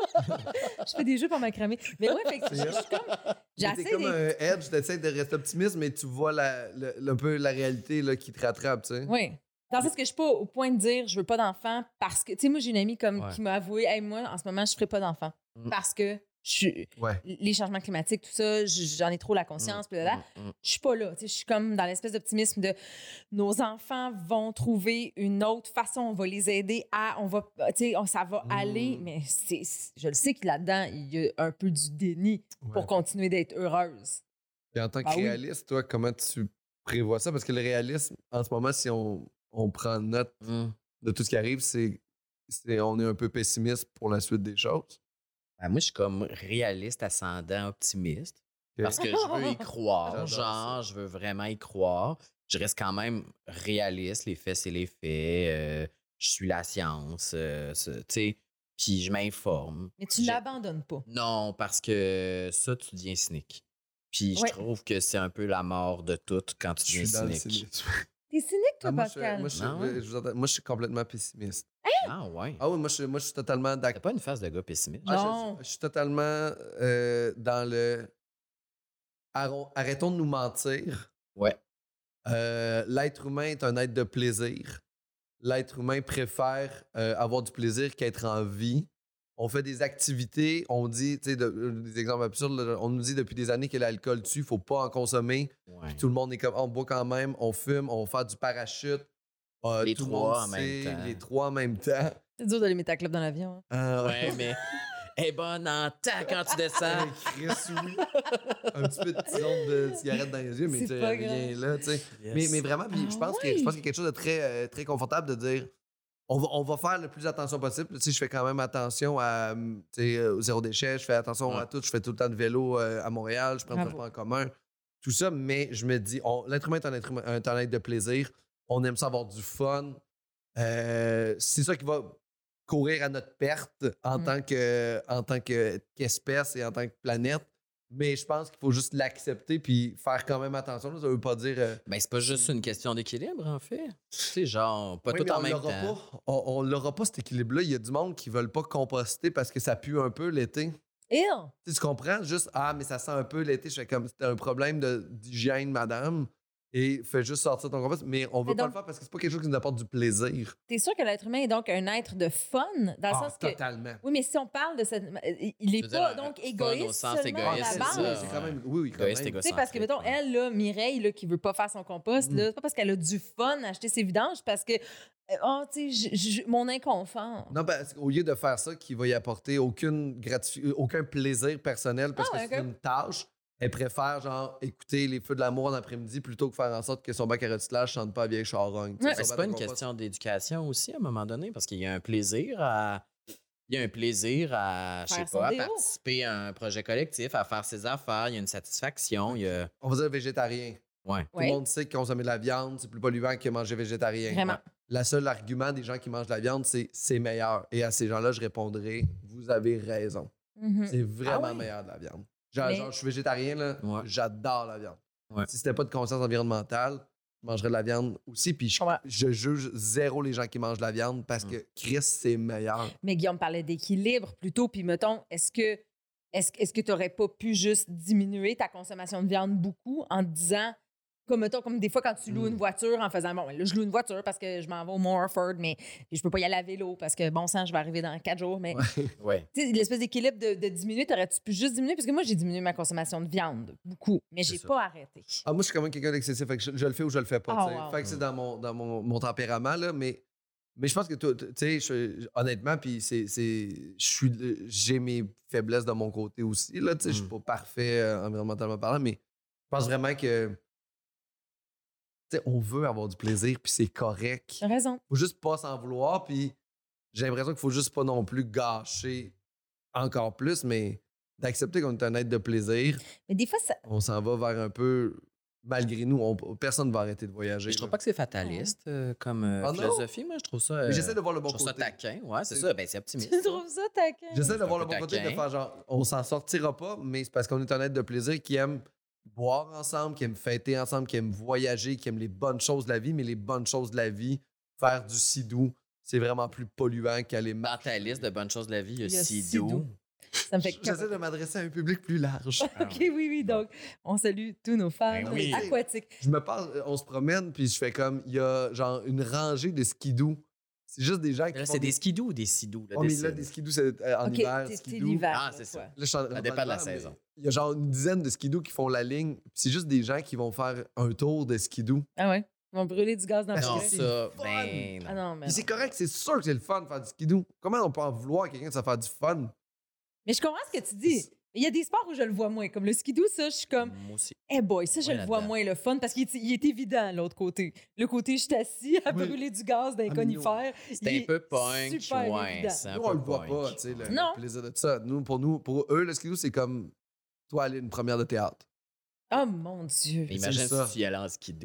C: je fais des jeux pour macramer. Mais ouais, fait que je, je suis comme. J'ai
A: Mais T'es
C: assez
A: comme
C: des-
A: un edge, t'essaies de rester optimiste, mais tu vois la, le- un peu la réalité là, qui te rattrape, tu sais.
C: Oui. Dans le sens que je suis pas au point de dire je veux pas d'enfant parce que, tu sais, moi, j'ai une amie comme,
B: Ouais.
C: qui m'a avoué, hey, moi, en ce moment, je ferai pas d'enfant
B: Mm.
C: parce que je suis.
A: Ouais.
C: Les changements climatiques, tout ça, j- j'en ai trop la conscience. puis là, là.
B: Mm, mm.
C: Je suis pas là. tu sais, Je suis comme dans l'espèce d'optimisme de nos enfants vont trouver une autre façon, on va les aider à, on va, tu sais, on- ça va
A: Mm.
C: aller, mais c'est, c'est- je le sais que là-dedans, il y a un peu du déni
A: Ouais.
C: pour continuer d'être heureuse.
A: Et en tant que
C: Ah oui.
A: réaliste, toi, comment tu prévois ça? Parce que le réalisme, en ce moment, si on, on prend note
B: Mm.
A: de tout ce qui arrive, c'est, c'est on est un peu pessimiste pour la suite des choses.
B: Ben, moi, je suis comme réaliste, ascendant, optimiste.
A: Ok.
B: Parce que je veux y croire.
A: J'adore
B: Genre, je veux vraiment y croire. Je reste quand même réaliste. Les faits, c'est les faits. Euh, je suis la science. euh, ce- tu sais. Puis je m'informe.
C: Mais tu
B: J'ai-
C: l'abandonnes pas.
B: Non, parce que ça, tu deviens cynique. Puis je
C: Ouais.
B: trouve que c'est un peu la mort de tout quand tu
A: Je suis
B: deviens
A: dans le
B: cynique.
A: cynisme.
C: T'es cynique, toi,
A: Ah, moi, je,
C: Pascal?
A: moi, je,
B: Non, ouais.
A: je vous entends- moi, je suis complètement pessimiste.
B: Ah ouais.
A: Ah oui, moi, je, moi, je suis totalement
B: T'as
A: d'accord.
B: pas une face de gars pessimiste?
A: Ah, je-
C: Non.
A: je, suis totalement euh, dans le. Arron- Arrêtons de nous mentir.
B: Ouais.
A: Euh, L'être humain est un être de plaisir. L'être humain préfère euh, avoir du plaisir qu'être en vie. On fait des activités, on dit, tu sais, de- des exemples absurdes, là, on nous dit depuis des années que l'alcool tue, il faut pas en consommer.
B: Ouais.
A: Tout le monde est comme, on boit quand même, on fume, on va faire du parachute. Euh,
B: Les
A: tout le
B: trois
A: monde
B: en même
A: sait,
B: temps.
A: Les trois en même temps.
C: C'est dur d'aller mettre ta clope dans l'avion. hein.
A: Euh,
B: Ouais, mais elle est bonne en temps quand tu descends.
A: Hey, Chris, oui. Un petit peu de tisane de cigarette dans les yeux, mais
C: C'est
A: tu sais,
C: pas
A: rien là, tu sais.
B: Yes.
A: Mais, mais vraiment, puis
C: Ah
A: je pense que
C: ouais?
A: je pense qu'il y a quelque chose de très, euh, très confortable de dire on va, on va faire le plus attention possible. Tu sais, je fais quand même attention à, tu sais, euh, au zéro déchet, je fais attention
B: Ouais.
A: à tout, je fais tout le temps de vélo euh, à Montréal, je prends le
C: Bravo.
A: transport en commun, tout ça, mais je me dis, on- l'être humain est un être, humain, un être de plaisir, on aime ça avoir du fun. Euh, c'est ça qui va courir à notre perte en
C: Mm.
A: tant que en tant que- qu'espèce et en tant que planète. Mais je pense qu'il faut juste l'accepter puis faire quand même attention. là. Ça veut pas dire. euh,
B: Ben, c'est pas juste une question d'équilibre, en fait. C'est genre, pas
A: oui,
B: tout
A: mais
B: en
A: on
B: même
A: l'aura
B: temps.
A: pas. On, on l'aura pas cet équilibre-là. Il y a du monde qui veulent pas composter parce que ça pue un peu l'été.
C: Ew!
A: Tu sais, tu comprends? Juste, ah, mais ça sent un peu l'été. Je fais comme, c'était un problème de- d'hygiène, madame. Et fais juste sortir ton compost. Mais on veut
C: Mais
A: pas
C: donc-
A: le faire parce que c'est pas quelque chose qui nous apporte du plaisir.
C: T'es sûr que l'être humain est donc un être de fun, dans le
A: Ah,
C: sens que.
A: totalement.
C: Oui, mais si on parle de cette. Il
B: Je
C: est
B: veux
C: pas
B: dire,
C: donc
B: fun au
C: égoïste.
B: sens
C: seulement
B: égoïste,
C: à la
B: c'est
C: base.
B: ça.
A: c'est quand même. Oui, oui, quand
B: Égoïste,
A: même.
C: Tu sais, parce que, mettons,
B: ouais.
C: elle, là, Mireille, là, qui veut pas faire son compost,
A: Mm.
C: là, c'est pas parce qu'elle a du fun à acheter ses vidanges, parce que, euh, oh, tu sais, je- je- mon inconfort.
A: Non, parce qu'au lieu de faire ça, qui va y apporter aucune gratifi- aucun plaisir personnel parce
C: Ah, ouais,
A: que c'est
C: ok.
A: une tâche, elle préfère, genre, écouter les feux de l'amour en après-midi plutôt que faire en sorte que son bac à recyclage chante pas à vieille charogne. tu sais,
C: Ouais.
A: son
B: Mais c'est
A: bac
B: pas
A: à
B: une
A: compost.
B: question d'éducation aussi, à un moment donné, parce qu'il y a un plaisir à. Il y a un plaisir à, je sais
C: Faire son
B: pas, à
C: déo.
B: participer à un projet collectif, à faire ses affaires. Il y a une satisfaction. Il y a.
A: On va dire végétarien.
B: Ouais.
A: Tout
C: Ouais.
A: le monde sait que consommer de la viande, c'est plus polluant que manger végétarien.
C: Vraiment.
A: La seule argument des gens qui mangent de la viande, c'est c'est meilleur. Et à ces gens-là, je répondrai, vous avez raison.
C: Mhm.
A: C'est vraiment
C: Ah ouais?
A: meilleur de la viande. Genre,
C: Mais-
A: genre, je suis végétarien, là,
B: Ouais.
A: j'adore la viande.
B: Ouais.
A: Si c'était pas de conscience environnementale, je mangerais de la viande aussi. Puis je,
C: Ouais.
A: je juge zéro les gens qui mangent de la viande parce
B: Mm.
A: que Chris, c'est meilleur.
C: Mais Guillaume parlait d'équilibre plutôt, puis mettons, est-ce que est-ce, est-ce que tu n'aurais pas pu juste diminuer ta consommation de viande beaucoup en te disant Comme, mettons, comme des fois, quand tu loues
A: Mm.
C: une voiture en faisant, bon, là, je loue une voiture parce que je m'en vais au Mont Orford, mais je peux pas y aller à vélo parce que, bon sang, je vais arriver dans quatre jours. Mais,
B: Ouais.
C: tu sais, l'espèce d'équilibre de, de diminuer, t'aurais-tu pu juste diminuer? Parce que moi, j'ai diminué ma consommation de viande, beaucoup, mais j'ai
B: ça.
C: pas arrêté.
A: Ah, moi, je suis quand même quelqu'un d'excessif. Fait que je, je le fais ou je le fais pas.
C: Ah,
A: tu sais.
C: wow.
A: Fait que c'est dans mon, dans mon, mon tempérament, là. Mais, mais je pense que, toi, tu sais, je- honnêtement, puis c'est, c'est, je suis, j'ai mes faiblesses de mon côté aussi, là. Tu sais, je suis
B: Mm.
A: pas parfait euh, environnementalement parlant, mais je pense vraiment que, tu sais, on veut avoir du plaisir, puis c'est correct.
C: T'as raison.
A: Faut juste pas s'en vouloir, puis j'ai l'impression qu'il faut juste pas non plus gâcher encore plus, mais d'accepter qu'on est un être de plaisir,
C: Mais des fois, ça.
A: on s'en va vers un peu, malgré nous, on- personne ne va arrêter de voyager.
B: Je trouve
A: là.
B: pas que c'est fataliste euh, comme euh,
A: Ah non?
B: philosophie. Moi, je trouve ça. euh,
A: Mais j'essaie de voir le bon
B: je trouve ça
A: côté.
B: taquin. Ouais, c'est
A: C'est-
B: ça. Ben, c'est optimiste.
C: Tu trouves ça taquin?
A: J'essaie de
B: C'est
A: voir
B: un
A: le
B: peu
A: bon côté, de
B: taquin.
A: faire genre, on s'en sortira pas, mais c'est parce qu'on est un être de plaisir qui aime boire ensemble, qui aime fêter ensemble, qui aime voyager, qui aime les bonnes choses de la vie, mais les bonnes choses de la vie, faire du sidou, c'est vraiment plus polluant qu'aller
B: Dans
A: marcher.
B: ta liste de bonnes choses de la vie, il y a,
C: Il y a
B: Sidou.
C: Sidou. Ça me fait
A: J'essaie de
C: capoter.
A: m'adresser à un public plus large.
C: OK, oui, oui. Donc, on salue tous nos fans
B: Ben oui.
C: aquatiques.
A: Je me parle, on se promène, puis je fais comme, il y a genre une rangée de skidoo. C'est juste des gens qui
B: Là,
A: font
B: c'est des skidoo ou des sidou? Là,
A: Oh, mais
B: décide.
A: là, des skidoo, c'est euh, en
C: OK,
A: hiver,
C: t'es- t'es
A: skidoo.
C: l'hiver.
B: Ah,
C: là,
B: c'est ça.
C: toi.
A: Là, je suis en-
B: Ça dépend de la
A: rentre dans l'hiver,
B: saison.
A: mais Il y a genre une dizaine de skidoo qui font la ligne. puis C'est juste des gens qui vont faire un tour de skidoo.
C: Ah ouais? Ils vont brûler du gaz dans
A: Parce
C: le
B: Non,
A: que
C: feu.
A: c'est
B: ça,
A: fun.
B: ben.
C: Ah non, mais.
A: Puis c'est
C: non.
A: correct, c'est sûr que c'est le fun de faire du skidoo. Comment on peut en vouloir à quelqu'un de se faire du fun?
C: Mais je comprends ce que tu dis. Il y a des sports où je le vois moins. Comme le skidoo, ça, je suis comme,
B: Moi aussi.
C: eh boy, ça, je
B: Ouais,
C: le vois
B: là-dedans.
C: moins le fun parce qu'il est, il est évident, l'autre côté. Le côté, je suis assis à
A: Oui.
C: brûler du gaz dans les
A: Ah, mais nous,
C: conifères.
B: C'est
C: il
B: un
C: est
B: peu punk.
C: super
B: Ouais,
C: évident.
B: c'est un
A: Nous,
B: peu
A: on le voit
B: punk.
A: pas, tu sais, le,
C: Non.
A: le plaisir de ça. Nous, pour nous, pour eux, le skidoo, c'est comme toi aller à une première de théâtre.
C: Oh mon Dieu.
B: Mais imagine
A: ça.
B: si tu y allais en skidoo.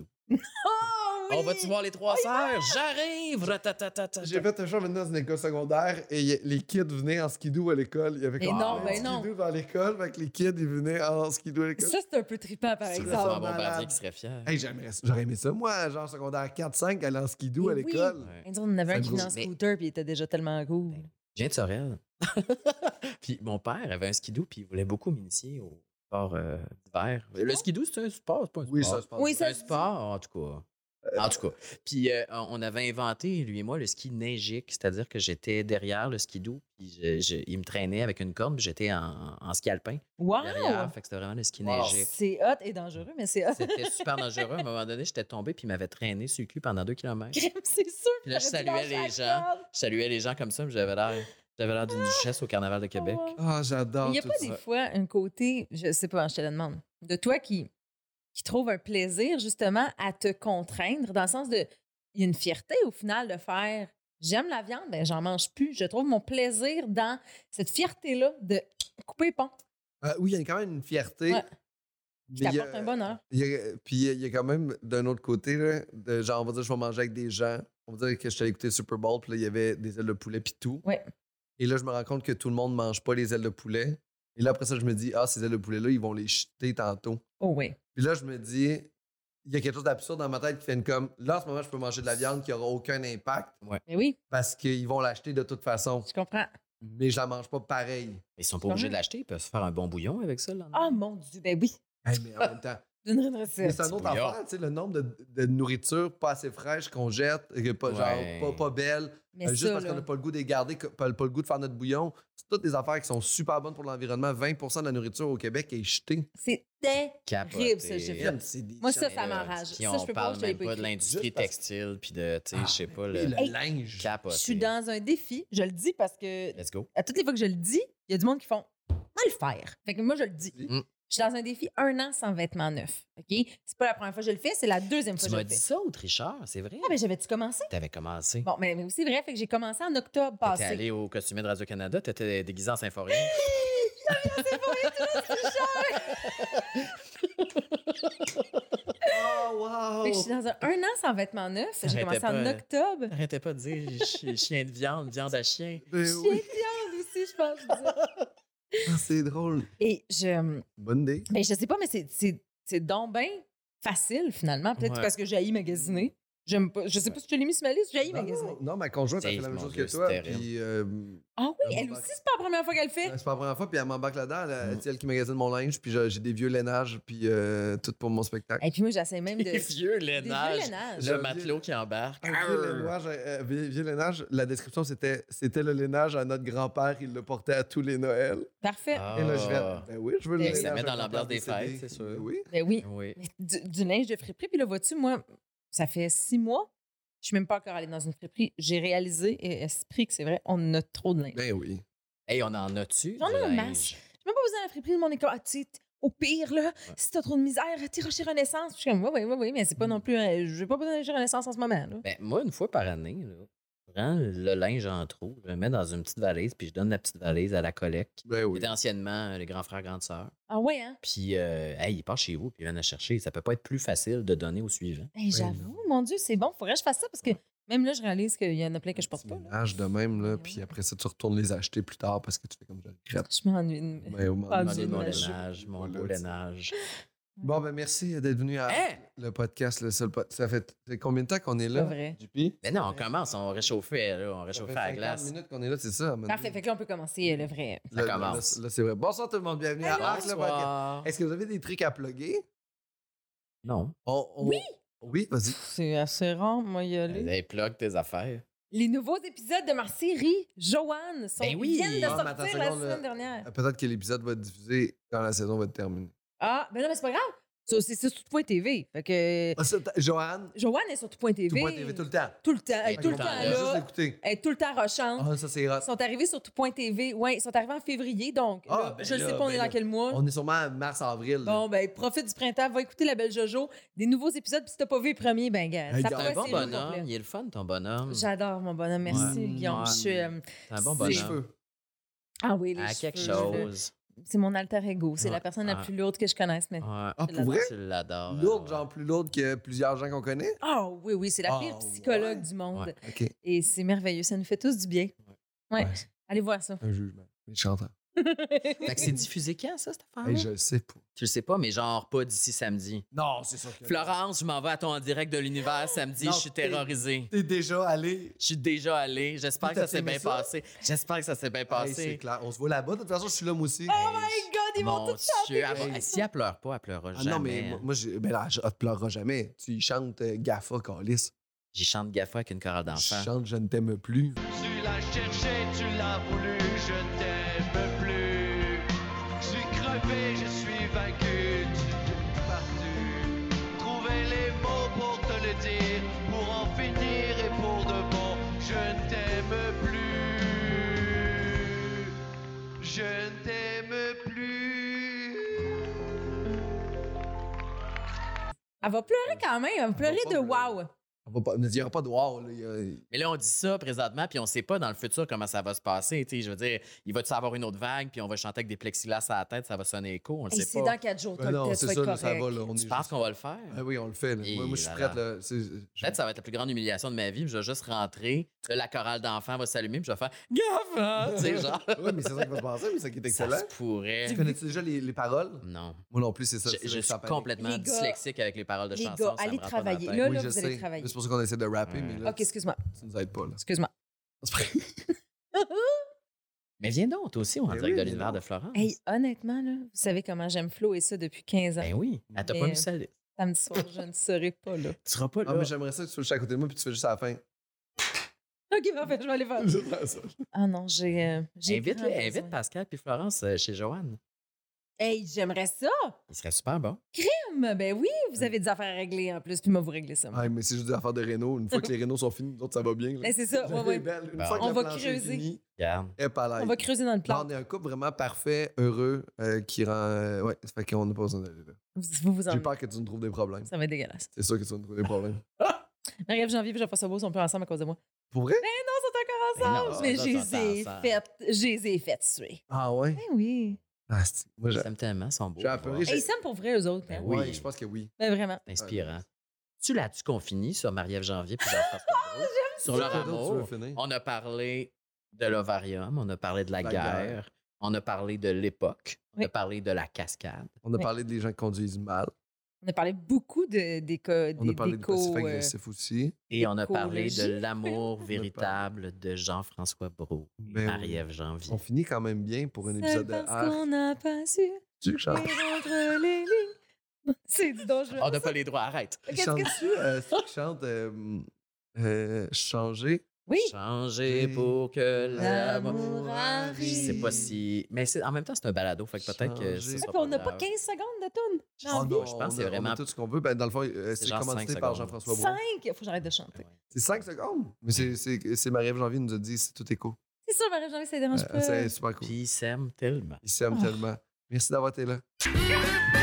C: Oh, oui!
B: On va-tu voir les trois sœurs? J'arrive! Ratatatata.
A: J'ai fait un show maintenant dans une école secondaire et y- les kids venaient en skidoo à l'école. Il y avait
C: Mais
A: comme
C: non,
A: plein
C: ben
A: de
C: non.
A: skidoo dans l'école, fait que les kids, ils venaient en skidoo à l'école.
C: Ça, c'est un peu trippant, par
A: C'est
B: C'est
C: exemple.
A: ça.
B: un bombardier
A: malade.
B: qui serait fier.
A: Hey, j'aimerais- j'aurais aimé ça, moi, genre secondaire quatre cinq, aller en skidoo
C: Mais
A: à
C: oui.
A: l'école.
B: Ouais.
C: Un jour, on en avait un
A: Ça
C: qui
A: me
C: venait en
B: goûte.
C: scooter, puis il était déjà tellement cool.
B: Je viens de Sorel. Puis mon père avait un skidoo, puis il voulait beaucoup m'initier au sport euh, d'hiver. Le skidoo, c'est un sport, c'est pas un sport.
A: Oui, ça se passe.
C: Oui,
B: C'est
C: ça
B: un
C: se dit.
B: sport, en tout cas. En tout cas. Puis euh, on avait inventé, lui et moi, le ski neigique, c'est-à-dire que j'étais derrière le skidoo, puis je- je- il me traînait avec une corde, puis j'étais en, en ski alpin
C: Wow!
B: derrière. Fait que c'était vraiment le ski
A: Wow.
B: neigique.
C: C'est hot et dangereux, mais c'est hot.
B: C'était super dangereux. À un moment donné, j'étais tombé, puis il m'avait traîné sur le cul pendant deux kilomètres.
C: C'est sûr.
B: Puis là, je
C: t'aurais dû
B: saluais
C: lâcher
B: les
C: la
B: gens.
C: corde.
B: Je saluais les gens comme ça, mais j'avais l'air, j'avais l'air d'une duchesse au Carnaval de Québec.
C: Oh, wow.
A: Ah, j'adore
C: Il n'y a
A: tout
C: pas
A: ça.
C: des fois un côté, je sais pas, je te le demande, de toi qui, qui trouve un plaisir justement à te contraindre, dans le sens de, il y a une fierté au final de faire, j'aime la viande, ben j'en mange plus. Je trouve mon plaisir dans cette fierté-là de couper les ponts.
A: Euh, oui, il y a quand même une fierté.
C: Ouais.
A: mais
C: Qui
A: il y a-
C: t'apporte un bonheur.
A: il y a- Puis il y a- il y a quand même, d'un autre côté, là, de, genre, on va dire, je vais manger avec des gens. On va dire que je suis allé écouter Super Bowl, puis là, il y avait des ailes de poulet, puis tout.
C: Ouais.
A: Et là, je me rends compte que tout le monde ne mange pas les ailes de poulet. Et là, après ça, je me dis, ah, ces ailes de poulet-là, ils vont les jeter tantôt.
C: Oh oui.
A: Puis là, je me dis, il y a quelque chose d'absurde dans ma tête qui fait une comme, là, en ce moment, je peux manger de la viande qui n'aura aucun impact
C: Mais oui,
A: parce qu'ils vont l'acheter de toute façon.
C: je comprends.
A: Mais je la mange pas pareil.
B: Ils sont pas obligés de l'acheter, ils peuvent se faire un bon bouillon avec ça. Là,
C: Oh mon Dieu, ben oui.
A: Hey, mais en même temps,
C: Donnerai une
A: mais
C: recette.
A: c'est un autre
B: bouillon.
A: affaire, tu sais, le nombre de, de nourriture pas assez fraîche qu'on jette, et que pas,
B: Ouais.
A: genre, pas, pas belle,
C: Mais
A: euh, juste
C: ça,
A: parce
C: là,
A: qu'on n'a pas le goût de les garder, que- pas, pas le goût de faire notre bouillon. C'est toutes des affaires qui sont super bonnes pour l'environnement. vingt pour cent de la nourriture au Québec est jetée.
C: c'est terrible, ça, j'ai fait.
A: C'est des
C: Moi, ça,
A: champs-
C: ça m'enrage.
B: Puis
C: Ça,
B: on
C: je peux pas,
B: parle
C: je te l'ai
B: même
C: pas
B: pas de
C: écrit.
B: l'industrie
A: Juste parce-
B: textile, puis de, tu sais,
A: Ah,
B: je sais pas,
A: Et
B: le
A: le
C: Hey,
A: linge.
B: capoté.
C: Je suis dans un défi. Je le dis parce que
B: Let's go.
C: à toutes les fois que je le dis, il y a du monde qui font mal le faire. Fait que moi, je le dis.
B: Mm.
C: Je suis dans un défi un an sans vêtements neufs. OK? C'est pas la première fois que je le fais, c'est la deuxième fois
B: Tu
C: que je
B: m'as
C: le
B: dit
C: fais.
B: ça au tricheur, c'est vrai?
C: Ah, ben j'avais-tu commencé?
B: T'avais commencé.
C: Bon, mais, mais aussi vrai, fait que j'ai commencé en octobre
B: T'étais
C: passé.
B: allé au costumier de Radio-Canada, t'étais déguisé en symphorien.
A: Oh, wow!
C: Fait que je suis dans un, un an sans vêtements neufs. J'ai
B: T'arrêtais
C: commencé en
B: pas.
C: octobre.
B: Arrêtez pas de dire chi- chien de viande, viande à chien.
A: Ben
C: Chien
A: oui.
C: de viande aussi, je pense. je disais.
A: Ah, c'est drôle.
C: Et je.
A: Bonne idée.
C: Ben, je sais pas, mais c'est- c'est c'est donc bien facile finalement. Peut-être
B: Ouais.
C: parce que j'ai haï magasiner. J'aime pas. Je sais pas si je te l'ai mis sur ma liste, j'ai
A: Non,
C: magasiner.
A: non, non, ma conjointe a fait
B: Dave,
A: la même
B: mon
A: chose
B: Dieu,
A: que toi.
B: c'est terrible.
A: Puis, euh,
C: Ah oui,
A: Elle
C: elle
A: m'embarque.
C: aussi, c'est pas la première fois qu'elle le fait.
A: c'est pas la première fois, puis elle m'embarque là-dedans. Elle, c'est elle qui magasine mon linge, puis j'ai j'ai des vieux lainages, puis euh, tout pour mon spectacle.
C: Et puis moi, j'essaie même de.
B: Des vieux
C: Des vieux
B: lainages.
C: lainages.
A: Je-
B: Le matelot qui embarque.
A: Un vieux lainage, euh, vieux, vieux lainage, la description c'était c'était le lainage à notre grand-père, il le portait à tous les Noëls.
C: Parfait.
B: Ah.
A: Et là, je vais. Ben oui, je veux le
C: Ben,
A: lainage.
B: ça met
A: à
B: dans
A: grand-père
B: l'ambiance des
A: décédé.
B: fêtes, c'est sûr.
A: Ben oui.
C: Ben oui.
B: Oui.
C: Mais du, du linge de friperie. Puis là, vois-tu, moi, ça fait six mois. Je suis même pas encore allée dans une friperie. J'ai réalisé, et esprit, que c'est vrai, on a trop de linge.
A: Ben oui.
B: Hey, on en a-tu?
C: J'en
B: du
C: ai un
B: linge?
C: masse. J'ai même pas besoin de la friperie. Le monde est comme, ah, tu sais, t- au pire, là, si t'as trop de misère, t'iras chez Renaissance. Je suis comme, oui, oui, oui, oui, mais c'est pas non plus. un- J'ai pas besoin d'aller chez Renaissance en ce moment, là.
B: Ben, moi, une fois par année, là, je prends le linge en trop, je le mets dans une petite valise, puis je donne la petite valise à la collecte.
A: Ben oui.
B: C'était anciennement euh, les grands frères, grandes sœurs.
C: Ah ouais, hein?
B: Puis, euh, hey, ils partent chez vous, puis ils viennent la chercher. Ça peut pas être plus facile de donner au suivant.
C: Hey, j'avoue, mon Dieu, c'est bon. Faudrait que je fasse ça parce que même là, je réalise qu'il y en a plein que je porte pas. Là.
A: Ménage de même, là,
C: Ouais,
A: puis
C: ouais.
A: après ça, tu retournes les acheter plus tard parce que tu fais comme je le regrette.
C: Je m'ennuie. de-
A: Ben, au moment
C: Ah,
A: donné,
C: du
B: Demandez mon
C: ménage.
B: lainage, mon
A: Voilà,
B: beau
A: tu sais.
B: lainage.
A: Bon, ben merci d'être venu à
B: Hein?
A: le podcast, le seul podcast. Ça fait ça fait combien de temps qu'on est
C: C'est
A: là?
C: pas vrai.
A: J P?
B: Mais non, on commence, on réchauffait, là, on
A: Ça
B: réchauffait
A: fait
B: à la
A: cinquante
B: glace.
A: minutes qu'on est là, c'est ça. à un moment
C: Parfait.
A: donné.
C: Fait que là, on peut commencer euh, le vrai.
B: Ça
A: Là,
B: commence.
A: Là, là, c'est vrai. Bonsoir tout le monde, bienvenue à Arc, le podcast.
B: Bonsoir.
A: Est-ce que vous avez des trucs à plugger?
B: Non.
A: On- on-
C: Oui!
A: Oui, vas-y.
C: C'est assez rare, moi, y aller.
B: Hey, plug tes affaires.
C: Les nouveaux épisodes de ma série, Joanne, sont,
B: Ben oui!
C: viennent de
A: Ah, mais attends
C: sortir
A: une
C: la
A: seconde, là.
C: semaine dernière.
A: Euh, Peut-être que l'épisode va être diffusé quand la saison va être terminée.
C: Ah, ben non, mais c'est pas grave. Ça, C'est c'est sur tout point T V. Fait que
A: Ah, ça, t'as- Joanne,
C: Joanne est sur tout point T V.
A: tout point T V tout le temps.
C: Tout le temps. Elle est
B: Tout
C: tout
B: le
C: le temps
B: temps,
A: On va juste
C: là.
A: l'écouter.
C: Elle est tout le temps rochante.
A: Ah, ça, c'est hot.
C: Ils sont arrivés sur tout point T V. Ouais, ils sont arrivés en février, donc
A: Ah,
C: là,
A: ben
C: je ne
A: là,
C: sais pas on
A: ben
C: est dans
A: là.
C: quel mois.
A: On est sûrement à mars-avril.
C: Bon, ben, profite du printemps, va écouter La Belle Jojo. Des nouveaux épisodes, puis si t'as pas vu les premiers, ben, gars,
A: Hey,
C: ça
A: gars,
C: pourrait
B: T'es un bon
C: série au
B: bonhomme.
C: complet.
B: Il est le fun, ton bonhomme.
C: J'adore mon bonhomme. Merci,
B: Ouais.
C: Guillaume.
B: Ouais.
C: Je suis, euh,
B: T'es un bon
C: c'est-
A: Les
B: bonhomme.
A: cheveux.
C: Ah oui, les
B: À quelque
C: cheveux,
B: chose.
C: C'est mon alter ego. C'est
B: Ouais.
C: la personne la
B: Ouais.
C: plus lourde que je connaisse. Mais...
B: Ouais.
A: Ah,
C: Je
A: pour
C: l'adore.
A: vrai?
B: Tu l'adores.
A: Lourde,
B: ouais.
A: genre plus lourde que plusieurs gens qu'on connaît?
C: Ah oui, oui, c'est la
A: Ah,
C: pire psychologue
A: ouais?
C: du monde.
B: Ouais.
A: OK.
C: Et c'est merveilleux. Ça nous fait tous du bien. Ouais.
A: Ouais.
C: Allez voir ça.
A: Un jugement. Méchant.
B: Fait que c'est diffusé quand, ça, cette affaire?
A: Hey, je le sais pas.
B: Tu le sais pas, mais genre pas d'ici samedi.
A: Non, c'est sûr que...
B: Florence, je m'en vais à ton direct de l'univers samedi.
A: Non,
B: Je suis
A: t'es-
B: terrorisé.
A: T'es déjà allé.
B: Je suis déjà allé. J'espère que ça s'est
A: T'as-tu
B: bien
A: aimé ça?
B: passé. J'espère que ça s'est bien
A: Hey, c'est
B: passé.
A: clair. On se voit là-bas. De toute façon, je suis là, moi aussi.
C: Oh my God, ils vont
B: Mon
C: tous chanter.
B: Dieu. elle va-
A: Hey.
B: Si elle pleure pas, elle pleurera
A: Ah
B: jamais.
A: non, mais moi, moi, j'ai- ben là, je elle te pleurera jamais. Tu y chantes euh, Gaffa, Calis.
B: J'y chante Gaffa avec une chorale
A: Je
B: d'enfants.
A: chante Je ne t'aime plus.
D: Tu l'as cherché, tu l'as voulu, je t'aime plus. Je suis crevé, je suis vaincu, tu es parti. Trouver les mots pour te le dire, pour en finir et pour de bon. Je ne t'aime plus. Je ne t'aime plus.
C: Elle va pleurer quand même. Elle va pleurer
A: pas
C: de
A: pleurer.
C: wow.
A: On va pas, il n'y aura pas de wow. Là. Il y a-
B: Mais là, on dit ça présentement, puis on sait pas dans le futur comment ça va se passer. Tu sais, je veux dire, il va-tu avoir une autre vague, puis on va chanter avec des plexiglas à la tête, ça va sonner écho, on le
C: Hey,
B: sait
C: c'est
B: pas.
C: dans quatre jours.
A: Ben
C: toi,
A: non,
C: le test
A: c'est
C: va
A: ça,
C: être
A: là, ça
C: correct.
A: va. Là. On
B: Tu
A: est
B: penses
A: juste-
B: qu'on va le faire?
A: Ah oui, on le fait. Là.
B: Et
A: Moi, moi, je suis
B: là
A: prête.
B: là.
A: Là. C'est- je-
B: Peut-être que ça va être la plus grande humiliation de ma vie, puis je vais juste rentrer, là, la chorale d'enfants va s'allumer, puis je vais faire Gaffa! Tu sais, genre.
A: Oui, mais c'est ça qui va se passer, mais c'est ça qui est
B: Ça
A: excellent.
B: se pourrait.
A: Tu connais-tu déjà les, les paroles?
B: Non.
A: Moi non plus, c'est ça.
B: Je,
A: c'est là
B: je
A: que
B: suis
A: ça paraît.
B: complètement
C: Les gars-
B: dyslexique avec les paroles de
C: les
B: chansons.
C: gars,
B: ça me
C: allez
B: rentre pas dans la
C: travailler.
B: tête.
C: Là,
A: Oui,
C: là,
A: je
C: vous allez
A: sais.
C: travailler.
A: C'est pour ça qu'on essaie de rapper,
B: Ouais.
A: mais là,
C: OK, excuse-moi.
A: tu nous aides pas. Là.
C: Excuse-moi.
B: Mais viens donc, toi aussi, on en
A: Ben
B: direct
A: oui,
B: de
A: viens
B: l'univers
A: donc.
B: de Florence.
C: Hey, honnêtement, là, vous savez comment j'aime Flo et ça depuis quinze ans.
B: Ben oui. Elle t'a pas
C: Mais-
B: mis ça. Tu
C: Samedi soir, je ne serai pas là.
B: seras pas là.
A: Ah, mais j'aimerais ça que tu sois juste à côté de moi puis tu fais juste à la fin.
C: OK, parfait, je vais aller faire ça.
A: Je vais faire ça.
C: Ah non, j'ai. euh, j'ai
B: Invite,
C: grand
B: invite
C: besoin.
B: Pascal puis Florence euh, chez Joanne.
C: Hey, j'aimerais ça.
B: Il serait super bon.
C: Hum, Ben oui, vous avez des affaires à régler en plus, puis moi, vous réglez ça. moi.
A: Ah, mais c'est juste des affaires de Renault. Une fois que les Renault sont finis, nous autres, ça va bien. là.
C: Ben, c'est ça, ouais, ouais.
A: Belle. Une
B: Bon.
A: fois que
C: On
A: le
C: va
A: plancher est
C: creuser.
A: fini,
B: Regarde.
A: elle est pas là.
C: On va creuser dans le
A: Là,
C: plan.
A: on est un couple vraiment parfait, heureux, euh, qui rend. euh, ouais, ça fait qu'on n'a pas besoin d'aller là.
C: Vous vous, vous en.
A: J'ai peur que tu nous trouves des problèmes.
C: Ça va être dégueulasse.
A: C'est sûr que tu vas nous trouver des problèmes.
C: Marie-Ève Janvier et Jean-François Beau sont plus ensemble à cause de moi.
A: Pour vrai?
C: Non, ils sont encore
B: Mais
C: ensemble.
B: non,
C: Mais
B: ça,
C: je
B: ça,
C: les
B: ça,
C: ai
B: ça.
C: faites. Je les ai faites tuer.
A: Ah ouais?
C: Ben oui.
A: Ah, c'est- moi, j'ai.
B: J'aime tellement, ils sont beaux.
A: J'ai apeuré,
C: Et ils s'aiment pour vrai, eux autres.
B: Ben
C: hein?
B: oui.
A: Ouais, je pense que oui.
C: Ben vraiment.
B: C'est inspirant. Tu l'as-tu qu'on finit sur Marie-Ève Janvier puis Jean-François Brault? Sur leur
A: Quoi d'autre tu veux
B: amour,
A: finir?
B: on a parlé de l'ovarium, on a parlé de la,
A: La
B: guerre,
A: guerre.
B: on a parlé de l'époque, on
C: Oui.
B: a parlé de la cascade.
A: On a
C: Oui.
A: parlé des gens qui conduisent mal.
C: On a parlé beaucoup de, des cas.
A: On a parlé de passif agressif aussi.
B: Et on a parlé de
C: Écologie.
B: l'amour véritable de Jean-François Brault et
A: Ben oui.
B: Marie-Ève Janvier.
A: On finit quand même bien pour un
C: Seul
A: épisode de
C: parce
A: Arc.
C: qu'on n'a pas su
A: Tu que chante?
C: lire entre les lignes. C'est du dangereux.
B: On n'a pas les droits, arrête.
A: Il
C: Qu'est-ce que-
A: chante-tu? Euh, c'est qui chante euh, euh, Changer?
C: Oui.
B: Changer pour que l'amour
C: L'amour
B: arrive. Je sais pas
C: arrive.
B: si. Mais c'est- en même temps, c'est un balado, fait que peut-être que
A: Changer.
B: ce
C: Ah,
B: soit
C: puis on n'a
B: pas
C: pas
B: grave.
C: quinze secondes de tourne.
B: Je
A: Oh
B: sais
A: non,
B: pas, je pense que
A: on
B: c'est
A: a- on
B: vraiment.
A: a tout ce qu'on veut. Ben, dans le fond, euh,
B: C'est
A: c'est
B: genre
A: commandité
B: cinq
A: par
B: secondes.
A: Jean-François Brault.
C: Cinq. Il faut que j'arrête de chanter.
B: Ouais.
A: C'est cinq secondes. Mais c'est- c'est c'est Marie-Ève Janvier nous a dit c'est tout écho.
C: C'est sûr, Marie-Jean, ça dérange
A: Euh,
C: pas.
A: c'est super cool.
B: Puis il s'aime tellement.
A: Il s'aime
C: Oh.
A: tellement. Merci d'avoir été là.